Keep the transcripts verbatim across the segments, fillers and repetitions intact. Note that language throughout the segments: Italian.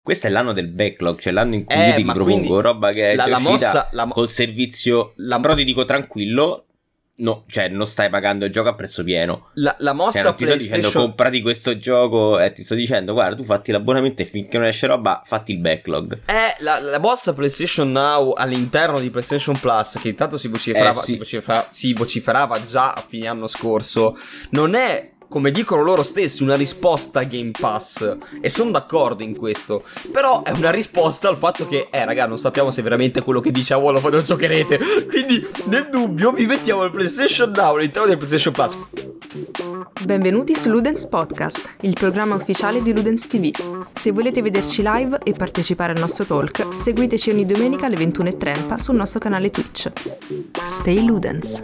questo è l'anno del backlog, cioè l'anno in cui eh, io ti ripropongo roba che è la, già la uscita mossa, la mo- col servizio, la, però ti dico tranquillo, no, cioè non stai pagando il gioco a prezzo pieno. La, la mossa cioè, non ti sto PlayStation... dicendo comprati questo gioco e ti sto dicendo guarda tu fatti l'abbonamento e finché non esce roba fatti il backlog. È la, la mossa PlayStation Now all'interno di PlayStation Plus, che intanto si vociferava, eh, sì. si, vocifera, si vociferava già a fine anno scorso, non è, come dicono loro stessi, una risposta a Game Pass, e sono d'accordo in questo, però è una risposta al fatto che eh raga non sappiamo se veramente quello che diciamo lo, lo giocherete, quindi nel dubbio vi mettiamo il PlayStation Now all'interno del PlayStation Plus. Benvenuti su Ludens Podcast, il programma ufficiale di Ludens ti vu. Se volete vederci live e partecipare al nostro talk, seguiteci ogni domenica alle ventuno e trenta sul nostro canale Twitch. Stay Ludens.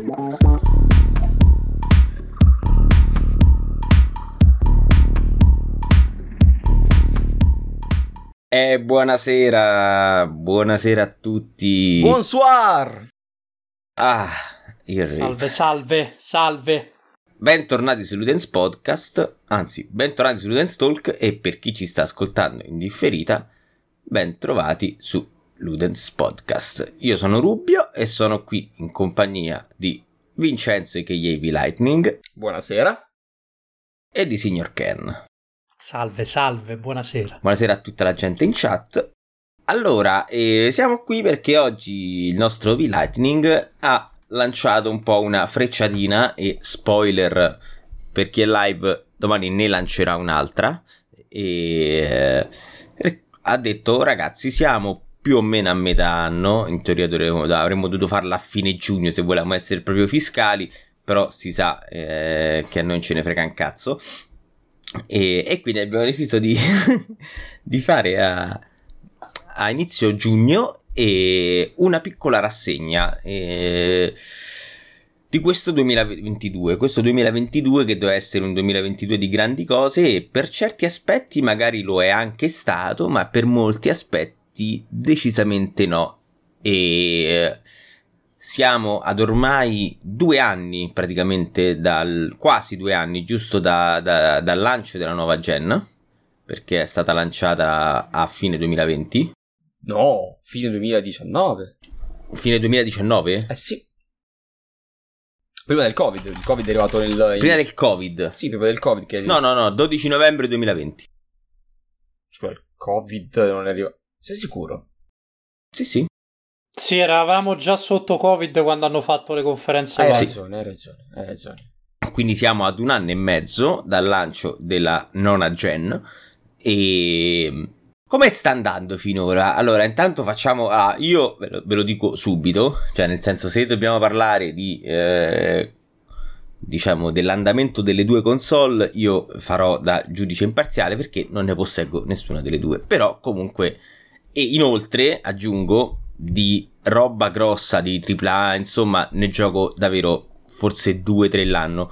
Eh, buonasera, buonasera a tutti. Bonsoir. Ah, io salve, salve, salve. Bentornati su Ludens Podcast, anzi, bentornati su Ludens Talk e per chi ci sta ascoltando in differita, bentrovati su Ludens Podcast. Io sono Rubio e sono qui in compagnia di Vincenzo a k a. V-Lightning. Buonasera. E di Signor Ken. Salve, salve, buonasera. Buonasera a tutta la gente in chat. Allora, eh, siamo qui perché oggi il nostro V-Lightning ha lanciato un po' una frecciatina e spoiler per chi è live, domani ne lancerà un'altra e eh, ha detto ragazzi siamo più o meno a metà anno, in teoria dovremmo, avremmo dovuto farla a fine giugno se volevamo essere proprio fiscali, però si sa eh, che a noi ce ne frega un cazzo. E, e quindi abbiamo deciso di, di fare a, a inizio giugno e una piccola rassegna eh, di questo duemilaventidue, questo duemilaventidue che doveva essere un duemilaventidue di grandi cose e per certi aspetti magari lo è anche stato, ma per molti aspetti decisamente no. E siamo ad ormai due anni praticamente, dal quasi due anni giusto da, da, dal lancio della nuova gen, perché è stata lanciata a fine duemilaventi. No, fine duemiladiciannove. Fine duemiladiciannove? Eh sì. Prima del Covid, il Covid è arrivato nel... In... Prima del Covid? Sì, prima del Covid che è... No, no, no, dodici novembre duemilaventi. Cioè il Covid non è arrivato... Sei sicuro? Sì, sì. Sì, eravamo già sotto Covid quando hanno fatto le conferenze. Hai live. ragione, hai ragione, hai ragione. Quindi siamo ad un anno e mezzo dal lancio della nona gen. E come sta andando finora? Allora, intanto facciamo... Ah, io ve lo, ve lo dico subito, cioè nel senso se dobbiamo parlare di... Eh, diciamo dell'andamento delle due console, io farò da giudice imparziale perché non ne posseggo nessuna delle due. Però comunque... E inoltre, aggiungo... di roba grossa di tripla A, insomma ne gioco davvero forse due tre l'anno,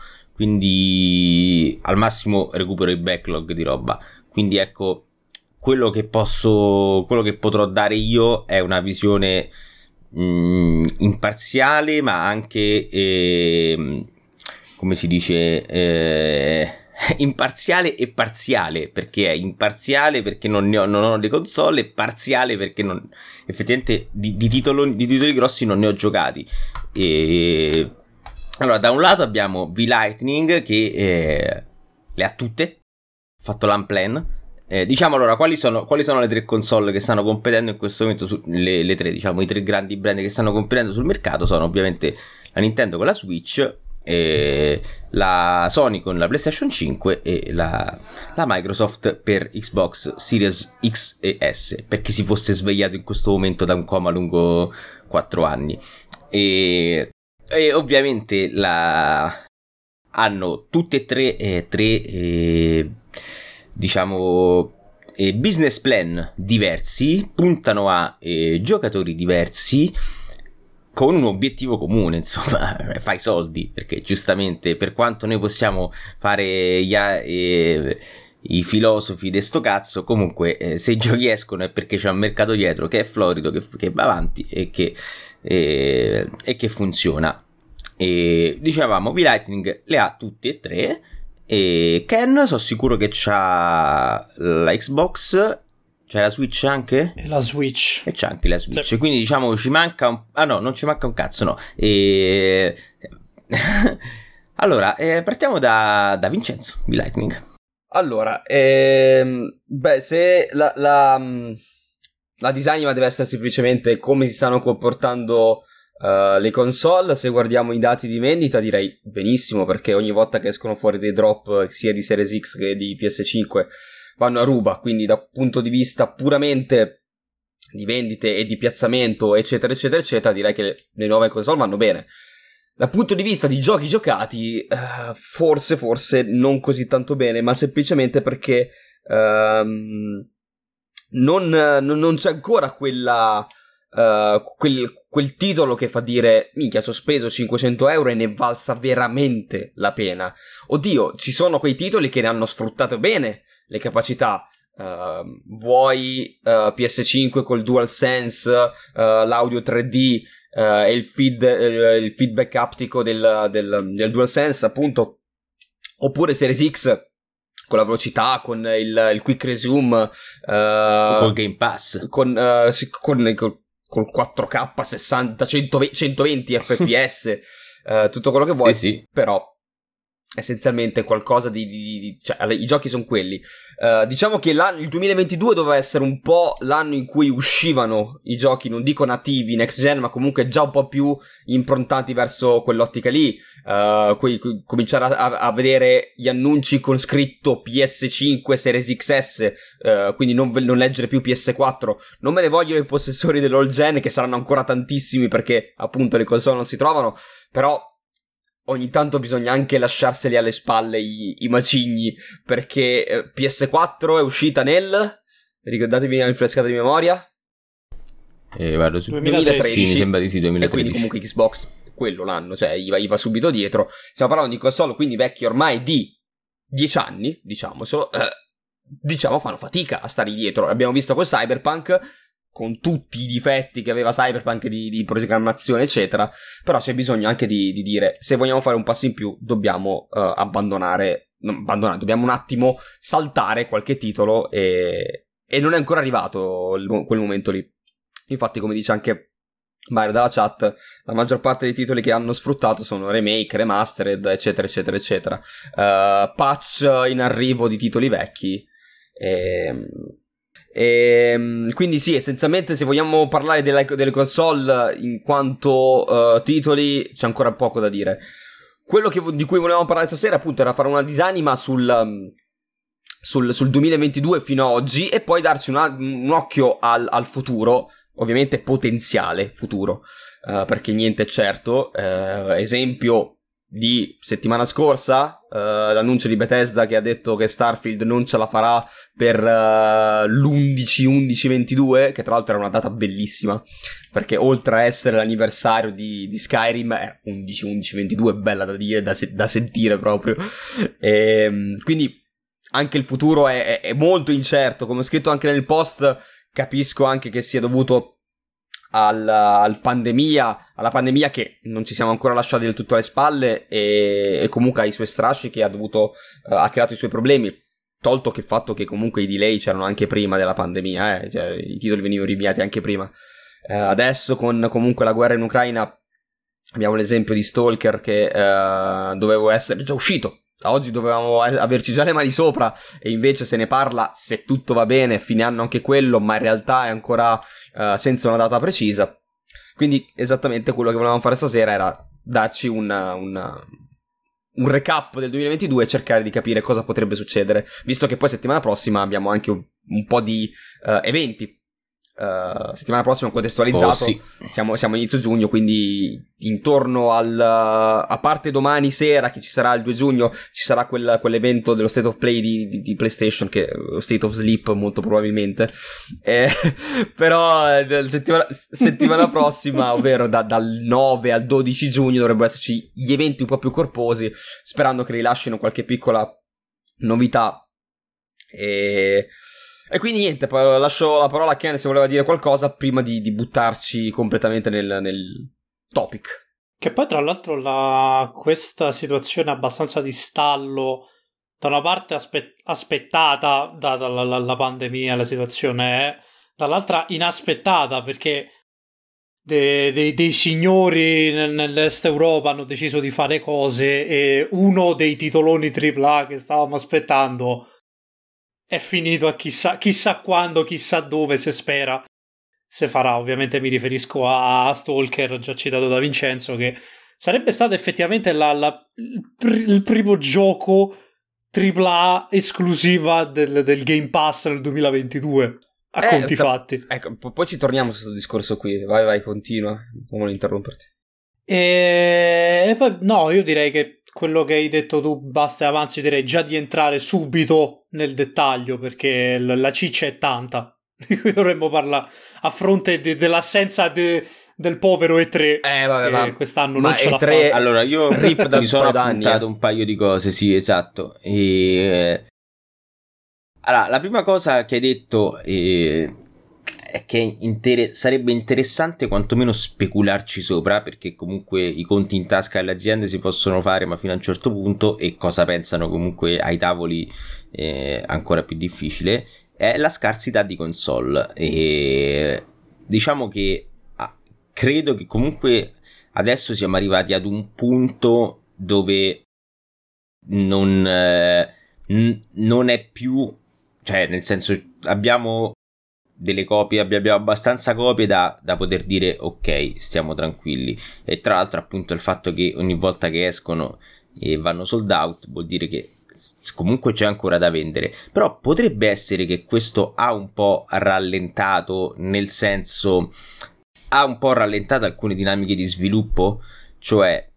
quindi al massimo recupero i backlog di roba, quindi ecco quello che posso quello che potrò dare io è una visione mh, imparziale ma anche eh, come si dice eh, imparziale e parziale, perché è imparziale perché non, ne ho, non ho le console e parziale perché non, effettivamente di, di, titoli, di titoli grossi non ne ho giocati. E allora da un lato abbiamo V-Lightning che eh, le ha tutte, ha fatto l'unplan. Eh, diciamo allora quali sono, quali sono le tre console che stanno competendo in questo momento su, le, le tre diciamo i tre grandi brand che stanno competendo sul mercato sono ovviamente la Nintendo con la Switch, e la Sony con la PlayStation cinque e la, la Microsoft per Xbox Series X e S, per chi si fosse svegliato in questo momento da un coma lungo quattro anni. E, e ovviamente la, hanno tutte e tre, eh, tre eh, diciamo eh, business plan diversi, puntano a eh, giocatori diversi con un obiettivo comune, insomma, fai soldi, perché giustamente per quanto noi possiamo fare gli, eh, i filosofi de sto cazzo, comunque eh, se i giochi escono è perché c'è un mercato dietro che è florido, che, che va avanti e che, eh, e che funziona. E dicevamo, V-Lightning le ha tutte e tre, e Ken sono sicuro che c'ha la Xbox C'è la Switch anche? E la Switch. E c'è anche la Switch, sì. Quindi diciamo ci manca un... Ah no, non ci manca un cazzo, no. E... allora, eh, partiamo da, da Vincenzo, di Lightning. Allora, ehm, beh, se la, la, la disamina deve essere semplicemente come si stanno comportando uh, le console, se guardiamo i dati di vendita direi benissimo, perché ogni volta che escono fuori dei drop sia di Series X che di P S cinque vanno a ruba, quindi da un punto di vista puramente di vendite e di piazzamento eccetera eccetera eccetera direi che le, le nuove console vanno bene. Dal punto di vista di giochi giocati uh, forse forse non così tanto bene, ma semplicemente perché um, non, non, non c'è ancora quella uh, quel, quel titolo che fa dire minchia, ci ho speso cinquecento euro e ne è valsa veramente la pena. Oddio, ci sono quei titoli che ne hanno sfruttato bene le capacità, uh, vuoi uh, P S cinque col DualSense, uh, l'audio tre D uh, e il, feed, uh, il feedback aptico del, del, del DualSense appunto, oppure Series X con la velocità, con il, il quick resume, uh, col Game Pass, con, uh, con, con, col quattro K sessanta centoventi F P S, uh, tutto quello che vuoi, eh sì. Però essenzialmente qualcosa di, di, di cioè i giochi sono quelli. Uh, diciamo che il duemilaventidue doveva essere un po' l'anno in cui uscivano i giochi, non dico nativi next gen, ma comunque già un po' più improntati verso quell'ottica lì. Uh, cui, cui, cominciare a, a vedere gli annunci con scritto P S cinque Series X S, uh, quindi non, non leggere più P S quattro. Non me ne vogliono i possessori dell'old gen, che saranno ancora tantissimi perché appunto le console non si trovano, però ogni tanto bisogna anche lasciarseli alle spalle i, i macigni, perché eh, P S quattro è uscita nel... ricordatevi una rinfrescata di memoria? Eh, vado su duemilatredici. Sì, mi sembra di sì, duemilatredici. E quindi comunque Xbox, quello l'anno, cioè gli va, gli va subito dietro. Stiamo parlando di console quindi vecchi ormai di dieci anni, diciamocelo, eh, diciamo fanno fatica a stare dietro. Abbiamo visto con Cyberpunk, con tutti i difetti che aveva Cyberpunk di, di programmazione eccetera, però c'è bisogno anche di, di dire se vogliamo fare un passo in più dobbiamo uh, abbandonare, non abbandonare, dobbiamo un attimo saltare qualche titolo e, e non è ancora arrivato il, quel momento lì. Infatti come dice anche Mario dalla chat, la maggior parte dei titoli che hanno sfruttato sono remake, remastered eccetera eccetera eccetera, uh, patch in arrivo di titoli vecchi e... E, quindi sì, essenzialmente se vogliamo parlare delle, delle console in quanto uh, titoli c'è ancora poco da dire. Quello che, di cui volevamo parlare stasera appunto era fare una disanima sul, um, sul, sul duemilaventidue fino ad oggi e poi darci una, un occhio al, al futuro, ovviamente potenziale futuro, uh, perché niente è certo. Uh, esempio di settimana scorsa, uh, l'annuncio di Bethesda che ha detto che Starfield non ce la farà per uh, l'undici undici ventidue, che tra l'altro era una data bellissima, perché oltre a essere l'anniversario di, di Skyrim, è undici undici ventidue, bella da dire, da, se- da sentire proprio. E, quindi anche il futuro è, è, è molto incerto, come ho scritto anche nel post, capisco anche che sia dovuto Al, al pandemia, alla pandemia che non ci siamo ancora lasciati del tutto alle spalle e, e comunque ha i suoi strascichi, ha dovuto uh, ha creato i suoi problemi, tolto che il fatto che comunque i delay c'erano anche prima della pandemia, eh, cioè, i titoli venivano rinviati anche prima. Uh, adesso con comunque la guerra in Ucraina abbiamo l'esempio di Stalker che uh, dovevo essere già uscito. Oggi dovevamo averci già le mani sopra e invece se ne parla, se tutto va bene, fine anno anche quello, ma in realtà è ancora uh, senza una data precisa. Quindi esattamente quello che volevamo fare stasera era darci una, una, un recap del duemilaventidue e cercare di capire cosa potrebbe succedere, visto che poi settimana prossima abbiamo anche un, un po' di uh, eventi. Uh, settimana prossima contestualizzato, oh, sì. siamo, siamo inizio giugno, quindi intorno al uh, a parte domani sera che ci sarà il due giugno ci sarà quel, quell'evento dello State of Play di, di, di PlayStation, che è State of Sleep molto probabilmente, eh, però eh, settimana, settimana prossima, ovvero da, dal nove al dodici giugno dovrebbero esserci gli eventi un po' più corposi, sperando che rilascino qualche piccola novità. E E quindi niente, poi lascio la parola a Ken se voleva dire qualcosa prima di, di buttarci completamente nel, nel topic. Che poi tra l'altro la, questa situazione abbastanza di stallo da una parte aspe- aspettata data la, la, la pandemia, la situazione è, dall'altra inaspettata perché de, de, dei signori nel, nell'est Europa hanno deciso di fare cose e uno dei titoloni tripla A che stavamo aspettando è finito a chissà, chissà quando, chissà dove, se spera se farà. Ovviamente mi riferisco a Stalker, già citato da Vincenzo, che sarebbe stato effettivamente la, la, il, pr- il primo gioco tripla A esclusiva del, del Game Pass nel duemilaventidue. A eh, conti tra- fatti. Ecco, p- poi ci torniamo su questo discorso qui. Vai, vai, continua. Non voglio interromperti. E... e poi, no, io direi che quello che hai detto tu basta e avanzi, direi già di entrare subito nel dettaglio, perché l- la ciccia è tanta, di cui dovremmo parlare a fronte de- dell'assenza de- del povero E tre, Eh, vabbè, che ma quest'anno ma non ce l'ha E tre fatta. Allora, io rip da mi sono un paio d'anni, appuntato eh. un paio di cose, sì, esatto. E... Allora, la prima cosa che hai detto eh, è che inter- sarebbe interessante quantomeno specularci sopra, perché comunque i conti in tasca delle aziende si possono fare, ma fino a un certo punto, e cosa pensano comunque ai tavoli eh, ancora più difficile, è la scarsità di console. E diciamo che ah, credo che comunque adesso siamo arrivati ad un punto dove non, eh, n- non è più, cioè nel senso abbiamo delle copie, abbiamo abbastanza copie da, da poter dire ok, stiamo tranquilli. E tra l'altro appunto il fatto che ogni volta che escono e vanno sold out vuol dire che comunque c'è ancora da vendere. Però potrebbe essere che questo ha un po' rallentato, nel senso ha un po' rallentato alcune dinamiche di sviluppo, cioè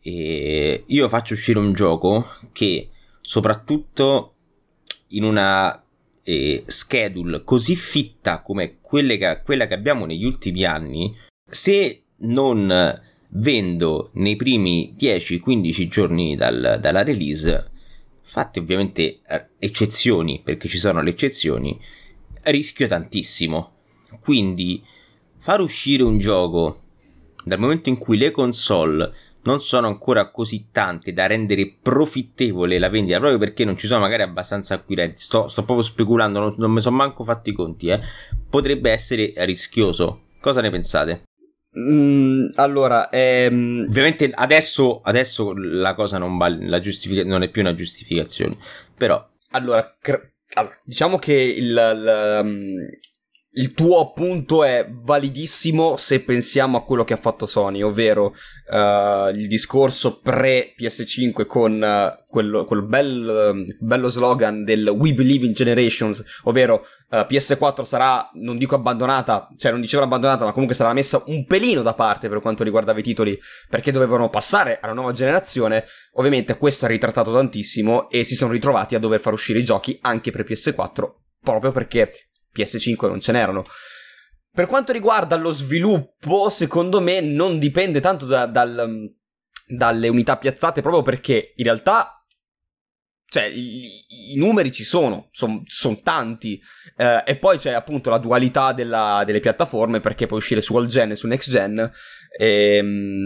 eh, io faccio uscire un gioco che soprattutto in una eh, schedule così fitta come quelle che, quella che abbiamo negli ultimi anni, se non vendo nei primi dieci quindici giorni dal, dalla release, fatte ovviamente eccezioni, perché ci sono le eccezioni, rischio tantissimo. Quindi far uscire un gioco dal momento in cui le console non sono ancora così tante da rendere profittevole la vendita, proprio perché non ci sono magari abbastanza acquirenti, sto, sto proprio speculando, non, non mi sono manco fatti i conti, eh. Potrebbe essere rischioso. Cosa ne pensate? Mm, allora, ehm... ovviamente adesso, adesso la cosa non, va, la giustifica- non è più una giustificazione, però allora, cre- allora diciamo che il, il, il tuo appunto è validissimo se pensiamo a quello che ha fatto Sony, ovvero uh, il discorso pre P S cinque con uh, quello, quel bel, uh, bello slogan del We Believe in Generations, ovvero uh, P S quattro sarà, non dico abbandonata, cioè non dicevano abbandonata, ma comunque sarà messa un pelino da parte per quanto riguardava i titoli, perché dovevano passare alla nuova generazione. Ovviamente questo ha ritrattato tantissimo e si sono ritrovati a dover far uscire i giochi anche per P S quattro, proprio perché P S cinque non ce n'erano. Per quanto riguarda lo sviluppo, secondo me non dipende tanto da, dal, dalle unità piazzate, proprio perché in realtà, cioè, i, i numeri ci sono, sono son tanti, eh, e poi c'è appunto la dualità della, delle piattaforme, perché puoi uscire su all gen e su next gen, e,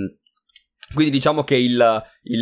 quindi diciamo che il,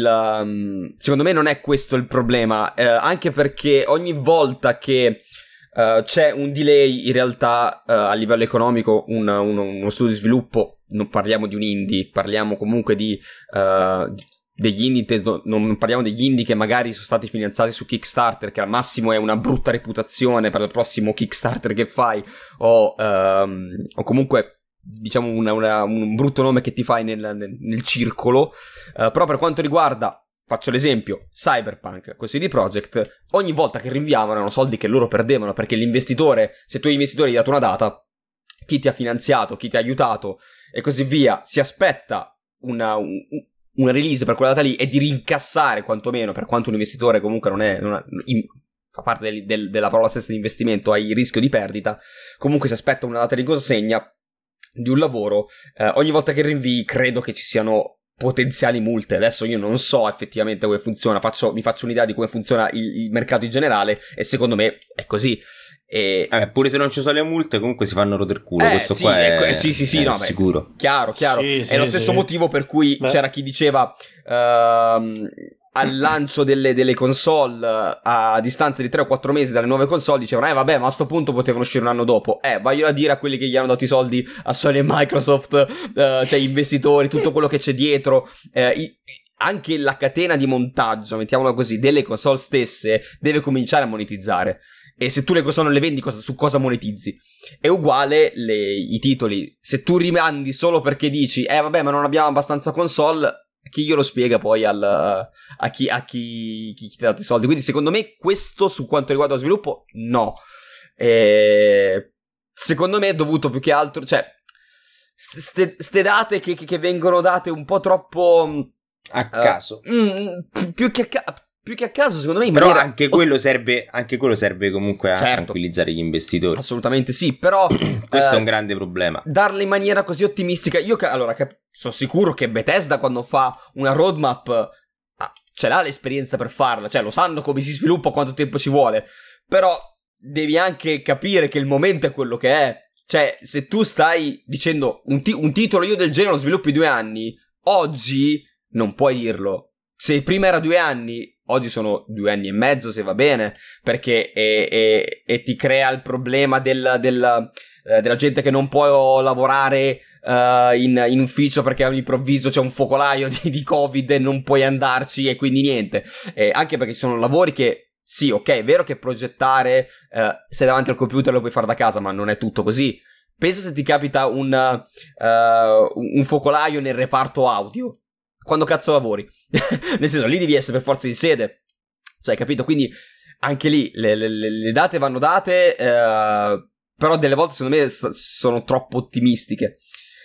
il secondo me non è questo il problema, eh, anche perché ogni volta che Uh, c'è un delay, in realtà uh, a livello economico un, un, uno studio di sviluppo, non parliamo di un indie, parliamo comunque di uh, degli indie, te- non parliamo degli indie che magari sono stati finanziati su Kickstarter, che al massimo è una brutta reputazione per il prossimo Kickstarter che fai, o, um, o comunque diciamo una, una, un brutto nome che ti fai nel, nel, nel circolo. Uh, però per quanto riguarda, faccio l'esempio, Cyberpunk con C D Projekt, ogni volta che rinviavano erano soldi che loro perdevano, perché l'investitore, se tu investitori hai dato una data, chi ti ha finanziato, chi ti ha aiutato e così via, si aspetta una, un, una release per quella data lì e di rincassare quantomeno, per quanto un investitore comunque non è, non ha, in, fa parte del, del, della parola stessa di investimento, hai il rischio di perdita, comunque si aspetta una data di consegna di un lavoro, eh, ogni volta che rinvii credo che ci siano potenziali multe. Adesso io non so effettivamente come funziona, faccio, mi faccio un'idea di come funziona il, il mercato in generale e secondo me è così. E... Eh, pure se non ci sono le multe comunque si fanno rotare il culo, eh, questo sì, qua è, ecco, eh, sì, sì, sì, è no, sicuro. Beh, chiaro, chiaro. Sì, è sì, lo stesso sì. motivo per cui Beh. c'era chi diceva uh, al lancio delle, delle console, a distanza di tre o quattro mesi dalle nuove console, dicevano eh vabbè, ma a sto punto potevano uscire un anno dopo. Eh, voglio a dire a quelli che gli hanno dato i soldi a Sony e Microsoft, eh, cioè investitori, tutto quello che c'è dietro, eh, i, anche la catena di montaggio, mettiamola così, delle console stesse deve cominciare a monetizzare. E se tu le console non le vendi, cosa, su cosa monetizzi? È uguale le, i titoli. Se tu rimandi solo perché dici eh vabbè, ma non abbiamo abbastanza console, chi glielo spiega poi al, a, chi, a chi, chi, chi ti ha dato i soldi? Quindi secondo me questo, su quanto riguarda lo sviluppo, no. E secondo me è dovuto più che altro, cioè ste, ste date che, che vengono date un po' troppo a caso, uh, mm, più che a caso. Più che a caso, secondo me, in però maniera... anche quello serve, anche quello serve comunque a certo, tranquillizzare gli investitori. Assolutamente sì, però questo eh, è un grande problema. Darle in maniera così ottimistica. Io, allora, cap- sono sicuro che Bethesda, quando fa una roadmap, ah, ce l'ha l'esperienza per farla, cioè lo sanno come si sviluppa, quanto tempo ci vuole. Però devi anche capire che il momento è quello che è. Cioè, se tu stai dicendo un, ti- un titolo io del genere lo sviluppi due anni, oggi non puoi dirlo. Se prima era due anni, oggi sono due anni e mezzo, se va bene, perché e, e, e ti crea il problema del, del, eh, della gente che non può lavorare uh, in, in ufficio perché all'improvviso c'è un focolaio di, di Covid e non puoi andarci e quindi niente. Eh, anche perché ci sono lavori che, sì, ok, è vero che progettare, uh, sei davanti al computer lo puoi fare da casa, ma non è tutto così. Pensa se ti capita un, uh, un focolaio nel reparto audio. Quando cazzo lavori? Nel senso, lì devi essere per forza di sede. Cioè, capito? Quindi anche lì le, le, le date vanno date, eh, però delle volte secondo me s- sono troppo ottimistiche.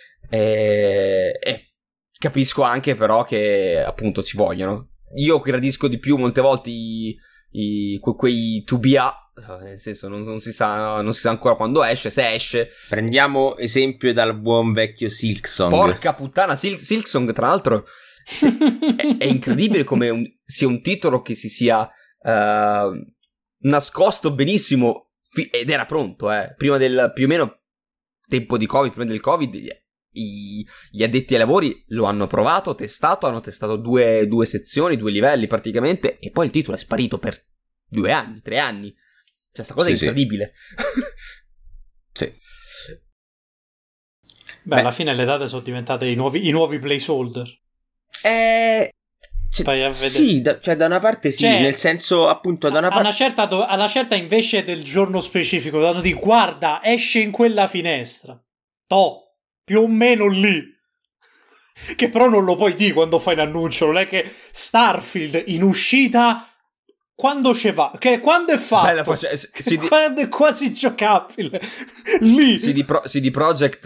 E, e capisco anche però che appunto ci vogliono. Io gradisco di più molte volte i, i, que- quei to be a, nel senso non, non, si sa, non si sa ancora quando esce, se esce. Prendiamo esempio dal buon vecchio Silksong. Porca puttana, Sil- Silksong tra l'altro è, è incredibile come un, sia un titolo che si sia uh, nascosto benissimo fi- ed era pronto, eh. Prima del più o meno tempo di Covid, prima del Covid, i, gli addetti ai lavori lo hanno provato, testato, hanno testato due, due sezioni, due livelli praticamente, e poi il titolo è sparito per due anni, tre anni. Cioè, sta cosa sì, è incredibile. Sì. Beh, Beh, alla fine le date sono diventate i nuovi, i nuovi placeholder. Eh, cioè, sì, da, cioè da una parte sì, cioè, nel senso appunto da una parte... Una certa, alla certa invece del giorno specifico, danno di guarda, esce in quella finestra. To, più o meno lì. Che però non lo puoi dire quando fai l'annuncio, non è che Starfield in uscita... Quando ce va? Che quando è fatto? Bella, faccia, si di... Quando è quasi giocabile. Lì. C D, Pro, C D Projekt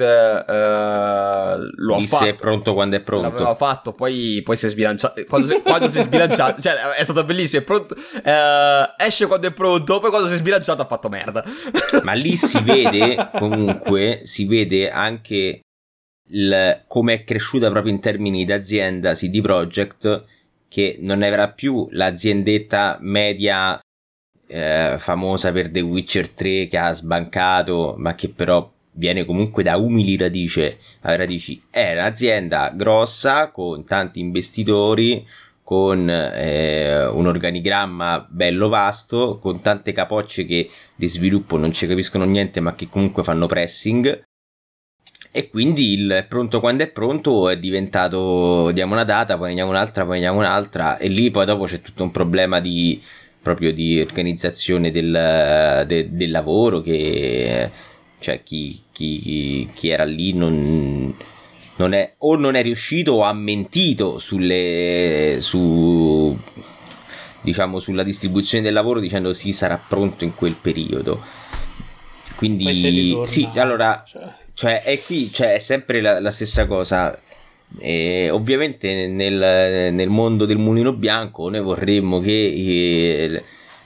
uh, lo Disse ha fatto. È pronto quando è pronto. L'aveva fatto, poi, poi si è sbilanciato. Quando si, quando si è sbilanciato, cioè è stato bellissimo. È pronto, uh, esce quando è pronto, poi quando si è sbilanciato ha fatto merda. Ma lì si vede, comunque, si vede anche il, come è cresciuta proprio in termini d'azienda C D Projekt, che non era più l'aziendetta media eh, famosa per The Witcher tre che ha sbancato, ma che però viene comunque da umili radici. radici. È un'azienda grossa con tanti investitori, con eh, un organigramma bello vasto, con tante capocce che di sviluppo non ci capiscono niente, ma che comunque fanno pressing. E quindi il pronto quando è pronto è diventato diamo una data, poi ne diamo un'altra, poi ne diamo un'altra, e lì poi dopo c'è tutto un problema di proprio di organizzazione del, de, del lavoro, che cioè chi, chi, chi era lì non, non è o non è riuscito o ha mentito sulle su diciamo sulla distribuzione del lavoro dicendo sì, sarà pronto in quel periodo. Quindi ritorna, sì, allora cioè... Cioè, è qui, cioè, è sempre la, la stessa cosa. E ovviamente nel, nel mondo del mulino bianco noi vorremmo che,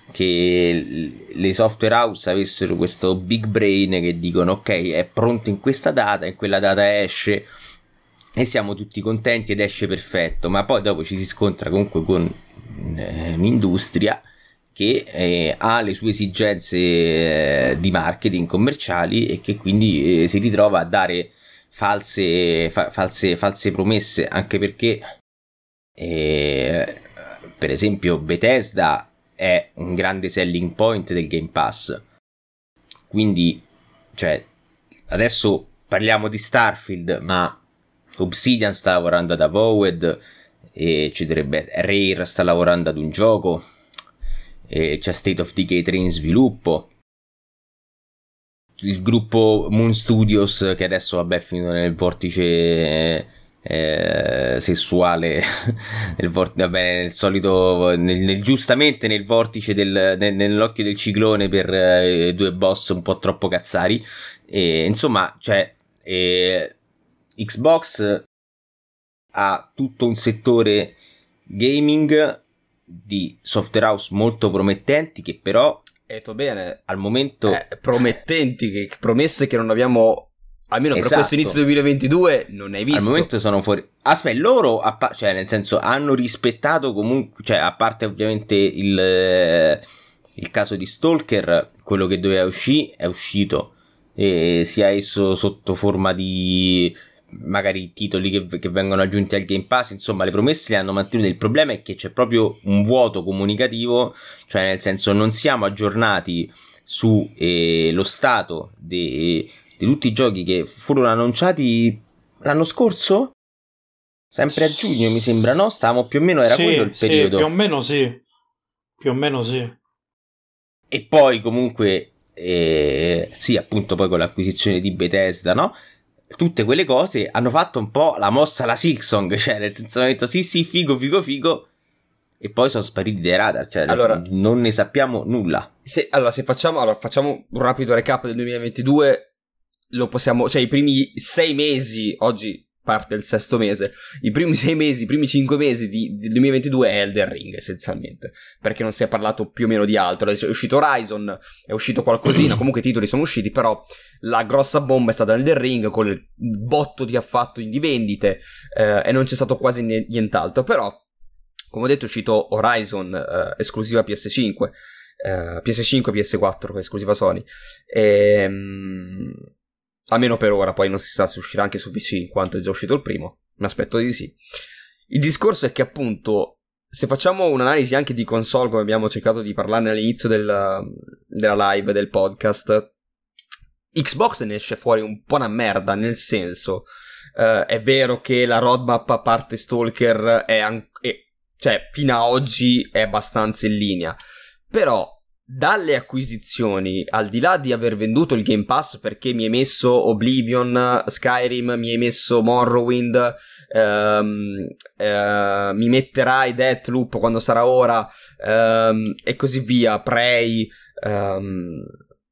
che le software house avessero questo big brain che dicono ok, è pronto in questa data, in quella data esce e siamo tutti contenti ed esce perfetto, ma poi dopo ci si scontra comunque con eh, un'industria che eh, ha le sue esigenze eh, di marketing commerciali e che quindi eh, si ritrova a dare false, fa, false, false promesse, anche perché eh, per esempio Bethesda è un grande selling point del Game Pass. Quindi, cioè, adesso parliamo di Starfield, ma Obsidian sta lavorando ad Avowed, e ci dovrebbe Rare sta lavorando ad un gioco, e c'è State of Decay tre in sviluppo. Il gruppo Moon Studios, che adesso vabbè è finito nel vortice eh, sessuale, nel, vor- vabbè, nel solito, nel, nel, giustamente nel vortice del, nel, nell'occhio del ciclone per eh, due boss un po' troppo cazzari. E, insomma, cioè eh, Xbox ha tutto un settore gaming di software house molto promettenti, che però detto bene, al momento eh, promettenti, che promesse che non abbiamo, almeno esatto, per questo inizio duemilaventidue non hai visto. Al momento sono fuori. Aspetta, loro appa- cioè nel senso hanno rispettato comunque, cioè a parte ovviamente il il caso di Stalker, quello che doveva uscire è uscito, e sia esso sotto forma di magari titoli che, che vengono aggiunti al Game Pass, insomma le promesse le hanno mantenute. Il problema è che c'è proprio un vuoto comunicativo, cioè nel senso non siamo aggiornati su eh, lo stato di tutti i giochi che furono annunciati l'anno scorso, sempre a giugno mi sembra, no? Stavamo più o meno, era sì, quello il sì, periodo. Più o meno sì, più o meno sì. E poi comunque eh, sì, appunto poi con l'acquisizione di Bethesda, no? Tutte quelle cose hanno fatto un po' la mossa alla Silksong, cioè nel senso hanno detto sì sì figo figo figo, e poi sono spariti dai radar, cioè allora, non ne sappiamo nulla. Se, allora se facciamo allora facciamo un rapido recap del duemilaventidue, lo possiamo, cioè i primi sei mesi, oggi parte il sesto mese, i primi sei mesi, i primi cinque mesi di, del duemilaventidue è Elden Ring essenzialmente, perché non si è parlato più o meno di altro. È uscito Horizon, è uscito qualcosina, comunque i titoli sono usciti, però la grossa bomba è stata Elden Ring con il botto di affatto di vendite, eh, e non c'è stato quasi nient'altro. Però come ho detto è uscito Horizon, eh, esclusiva P S cinque, eh, P S cinque P S quattro esclusiva Sony, e almeno per ora, poi non si sa se uscirà anche su P C in quanto è già uscito il primo, mi aspetto di sì. Il discorso è che appunto se facciamo un'analisi anche di console, come abbiamo cercato di parlarne all'inizio del, della live del podcast, Xbox ne esce fuori un po' una merda, nel senso uh, è vero che la roadmap a parte Stalker è, an- è cioè fino a oggi è abbastanza in linea, però dalle acquisizioni, al di là di aver venduto il Game Pass perché mi hai messo Oblivion, Skyrim, mi hai messo Morrowind, ehm, eh, mi metterai Deathloop quando sarà ora, ehm, e così via, Prey, ehm,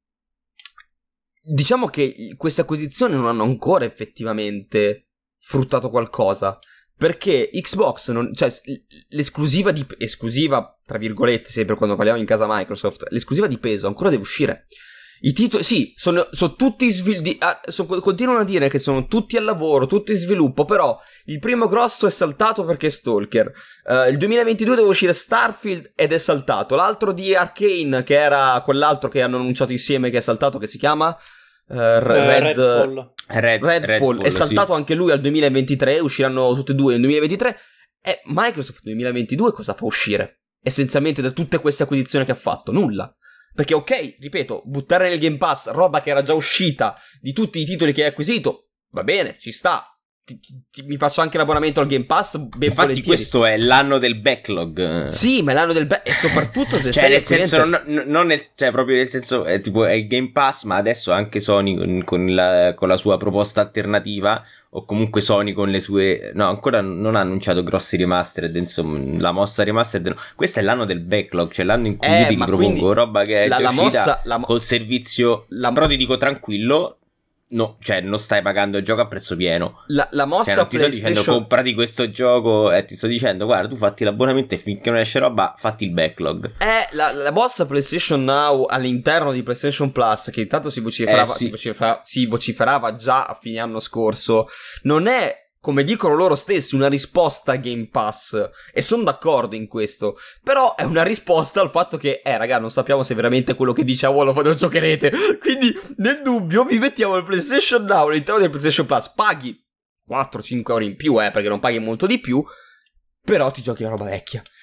diciamo che queste acquisizioni non hanno ancora effettivamente fruttato qualcosa, perché Xbox non, cioè l'esclusiva di esclusiva tra virgolette, sempre quando parliamo in casa Microsoft, l'esclusiva di peso ancora deve uscire. I titoli sì, sono, sono tutti sviluppi, ah, sono, continuano a dire che sono tutti al lavoro, tutti in sviluppo, però il primo grosso è saltato perché è Stalker. Uh, il duemilaventidue deve uscire Starfield ed è saltato. L'altro di Arcane, che era quell'altro che hanno annunciato insieme, che è saltato, che si chiama Uh, Red, Redfall. Red, Redfall, Redfall è saltato sì. Anche lui al duemilaventitré, usciranno tutti e due nel duemilaventitré. E Microsoft nel duemilaventidue cosa fa uscire? Essenzialmente da tutte queste acquisizioni che ha fatto? Nulla. Perché ok, ripeto, buttare nel Game Pass roba che era già uscita di tutti i titoli che hai acquisito, va bene, ci sta. Ti, ti, mi faccio anche l'abbonamento al Game Pass, ben infatti volentieri. Questo è l'anno del backlog. Sì, ma è l'anno del backlog, e soprattutto se cioè sei nel senso cliente... non, non nel, cioè proprio nel senso è tipo è il Game Pass, ma adesso anche Sony con, con, la, con la sua proposta alternativa, o comunque Sony con le sue, no, ancora non ha annunciato grossi remastered, insomma la mossa remastered no. Questo è l'anno del backlog, cioè l'anno in cui eh, io ti ripropongo roba che è la, già la uscita mossa, la, col servizio, la, però ti dico tranquillo. No, cioè non stai pagando il gioco a prezzo pieno. La, la mossa, cioè, non ti sto PlayStation... dicendo comprati questo gioco e ti sto dicendo guarda tu fatti l'abbonamento e finché non esce roba fatti il backlog. È la, la mossa PlayStation Now all'interno di PlayStation Plus, che intanto si vociferava, eh, sì. si vociferava, si vociferava già a fine anno scorso, non è, come dicono loro stessi, una risposta a Game Pass, e sono d'accordo in questo, però è una risposta al fatto che eh raga non sappiamo se veramente quello che diciamo lo, lo giocherete, quindi nel dubbio vi mettiamo il PlayStation Now all'interno del PlayStation Plus, paghi quattro cinque euro in più, eh perché non paghi molto di più, però ti giochi la roba vecchia.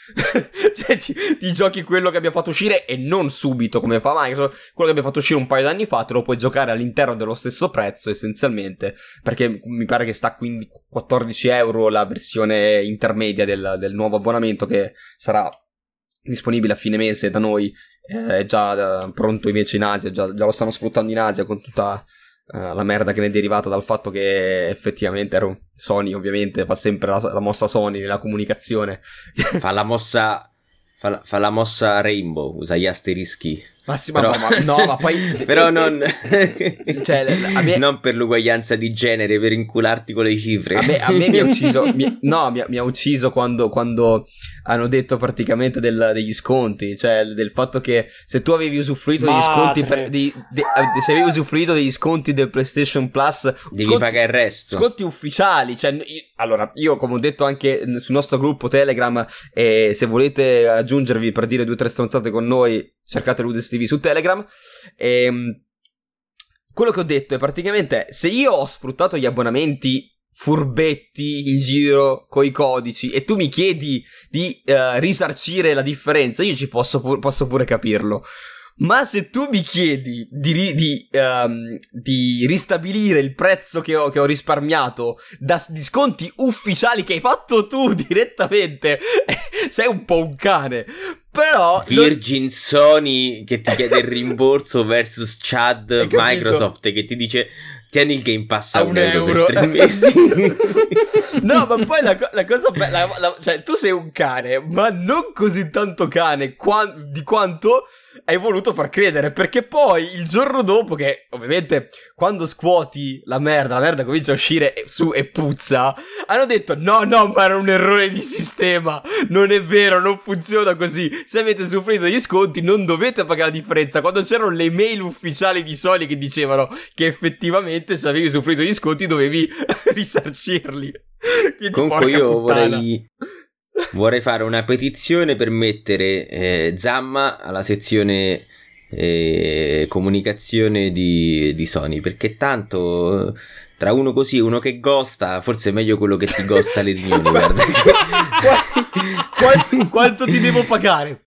Cioè ti, ti giochi quello che abbia fatto uscire e non subito come fa Microsoft, quello che abbia fatto uscire un paio d'anni fa te lo puoi giocare all'interno dello stesso prezzo essenzialmente, perché mi pare che sta quindi quattordici euro la versione intermedia del, del nuovo abbonamento che sarà disponibile a fine mese da noi, è eh, già eh, pronto invece in Asia, già, già lo stanno sfruttando in Asia con tutta Uh, la merda che ne è derivata dal fatto che effettivamente ero Sony, ovviamente fa sempre la, la mossa Sony nella comunicazione, fa la mossa fa la, fa la mossa Rainbow, usa gli asterischi. Ma sì, però... ma, ma no, ma poi però non cioè, a me... non per l'uguaglianza di genere, per incularti con le cifre. A me, a me mi ha ucciso mi, no, mi, mi ha ucciso quando, quando hanno detto praticamente del, degli sconti, cioè del fatto che se tu avevi usufruito degli sconti per, di, di, se avevi usufruito degli sconti del PlayStation Plus, devi sconti, pagare il resto, sconti ufficiali, cioè io, allora io come ho detto anche sul nostro gruppo Telegram, e se volete aggiungervi per dire due o tre stronzate con noi cercate Ludens T V su Telegram, e quello che ho detto è praticamente se io ho sfruttato gli abbonamenti furbetti in giro coi codici e tu mi chiedi di uh, risarcire la differenza, io ci posso, pu- posso pure capirlo. Ma se tu mi chiedi di, ri- di, um, di ristabilire il prezzo che ho, che ho risparmiato da di sconti ufficiali che hai fatto tu direttamente, sei un po' un cane. Però Virgin non... Sony che ti chiede il rimborso versus Chad Microsoft che ti dice tieni il Game Pass a, a un, un euro, euro per tre mesi. No, ma poi la, la cosa bella, la, la, cioè tu sei un cane, ma non così tanto cane qua, di quanto hai voluto far credere, perché poi il giorno dopo, che ovviamente quando scuoti la merda, la merda comincia a uscire su e puzza, hanno detto no no ma era un errore di sistema, non è vero, non funziona così, se avete soffrito degli sconti non dovete pagare la differenza, quando c'erano le mail ufficiali di Sony che dicevano che effettivamente se avevi soffrito degli sconti dovevi risarcirli. Quindi, comunque io puttana. vorrei vorrei fare una petizione per mettere eh, Zamma alla sezione eh, comunicazione di, di Sony, perché tanto tra uno così e uno che gosta forse è meglio quello che ti gosta le riunioni. Guarda. Quanto, quanto ti devo pagare?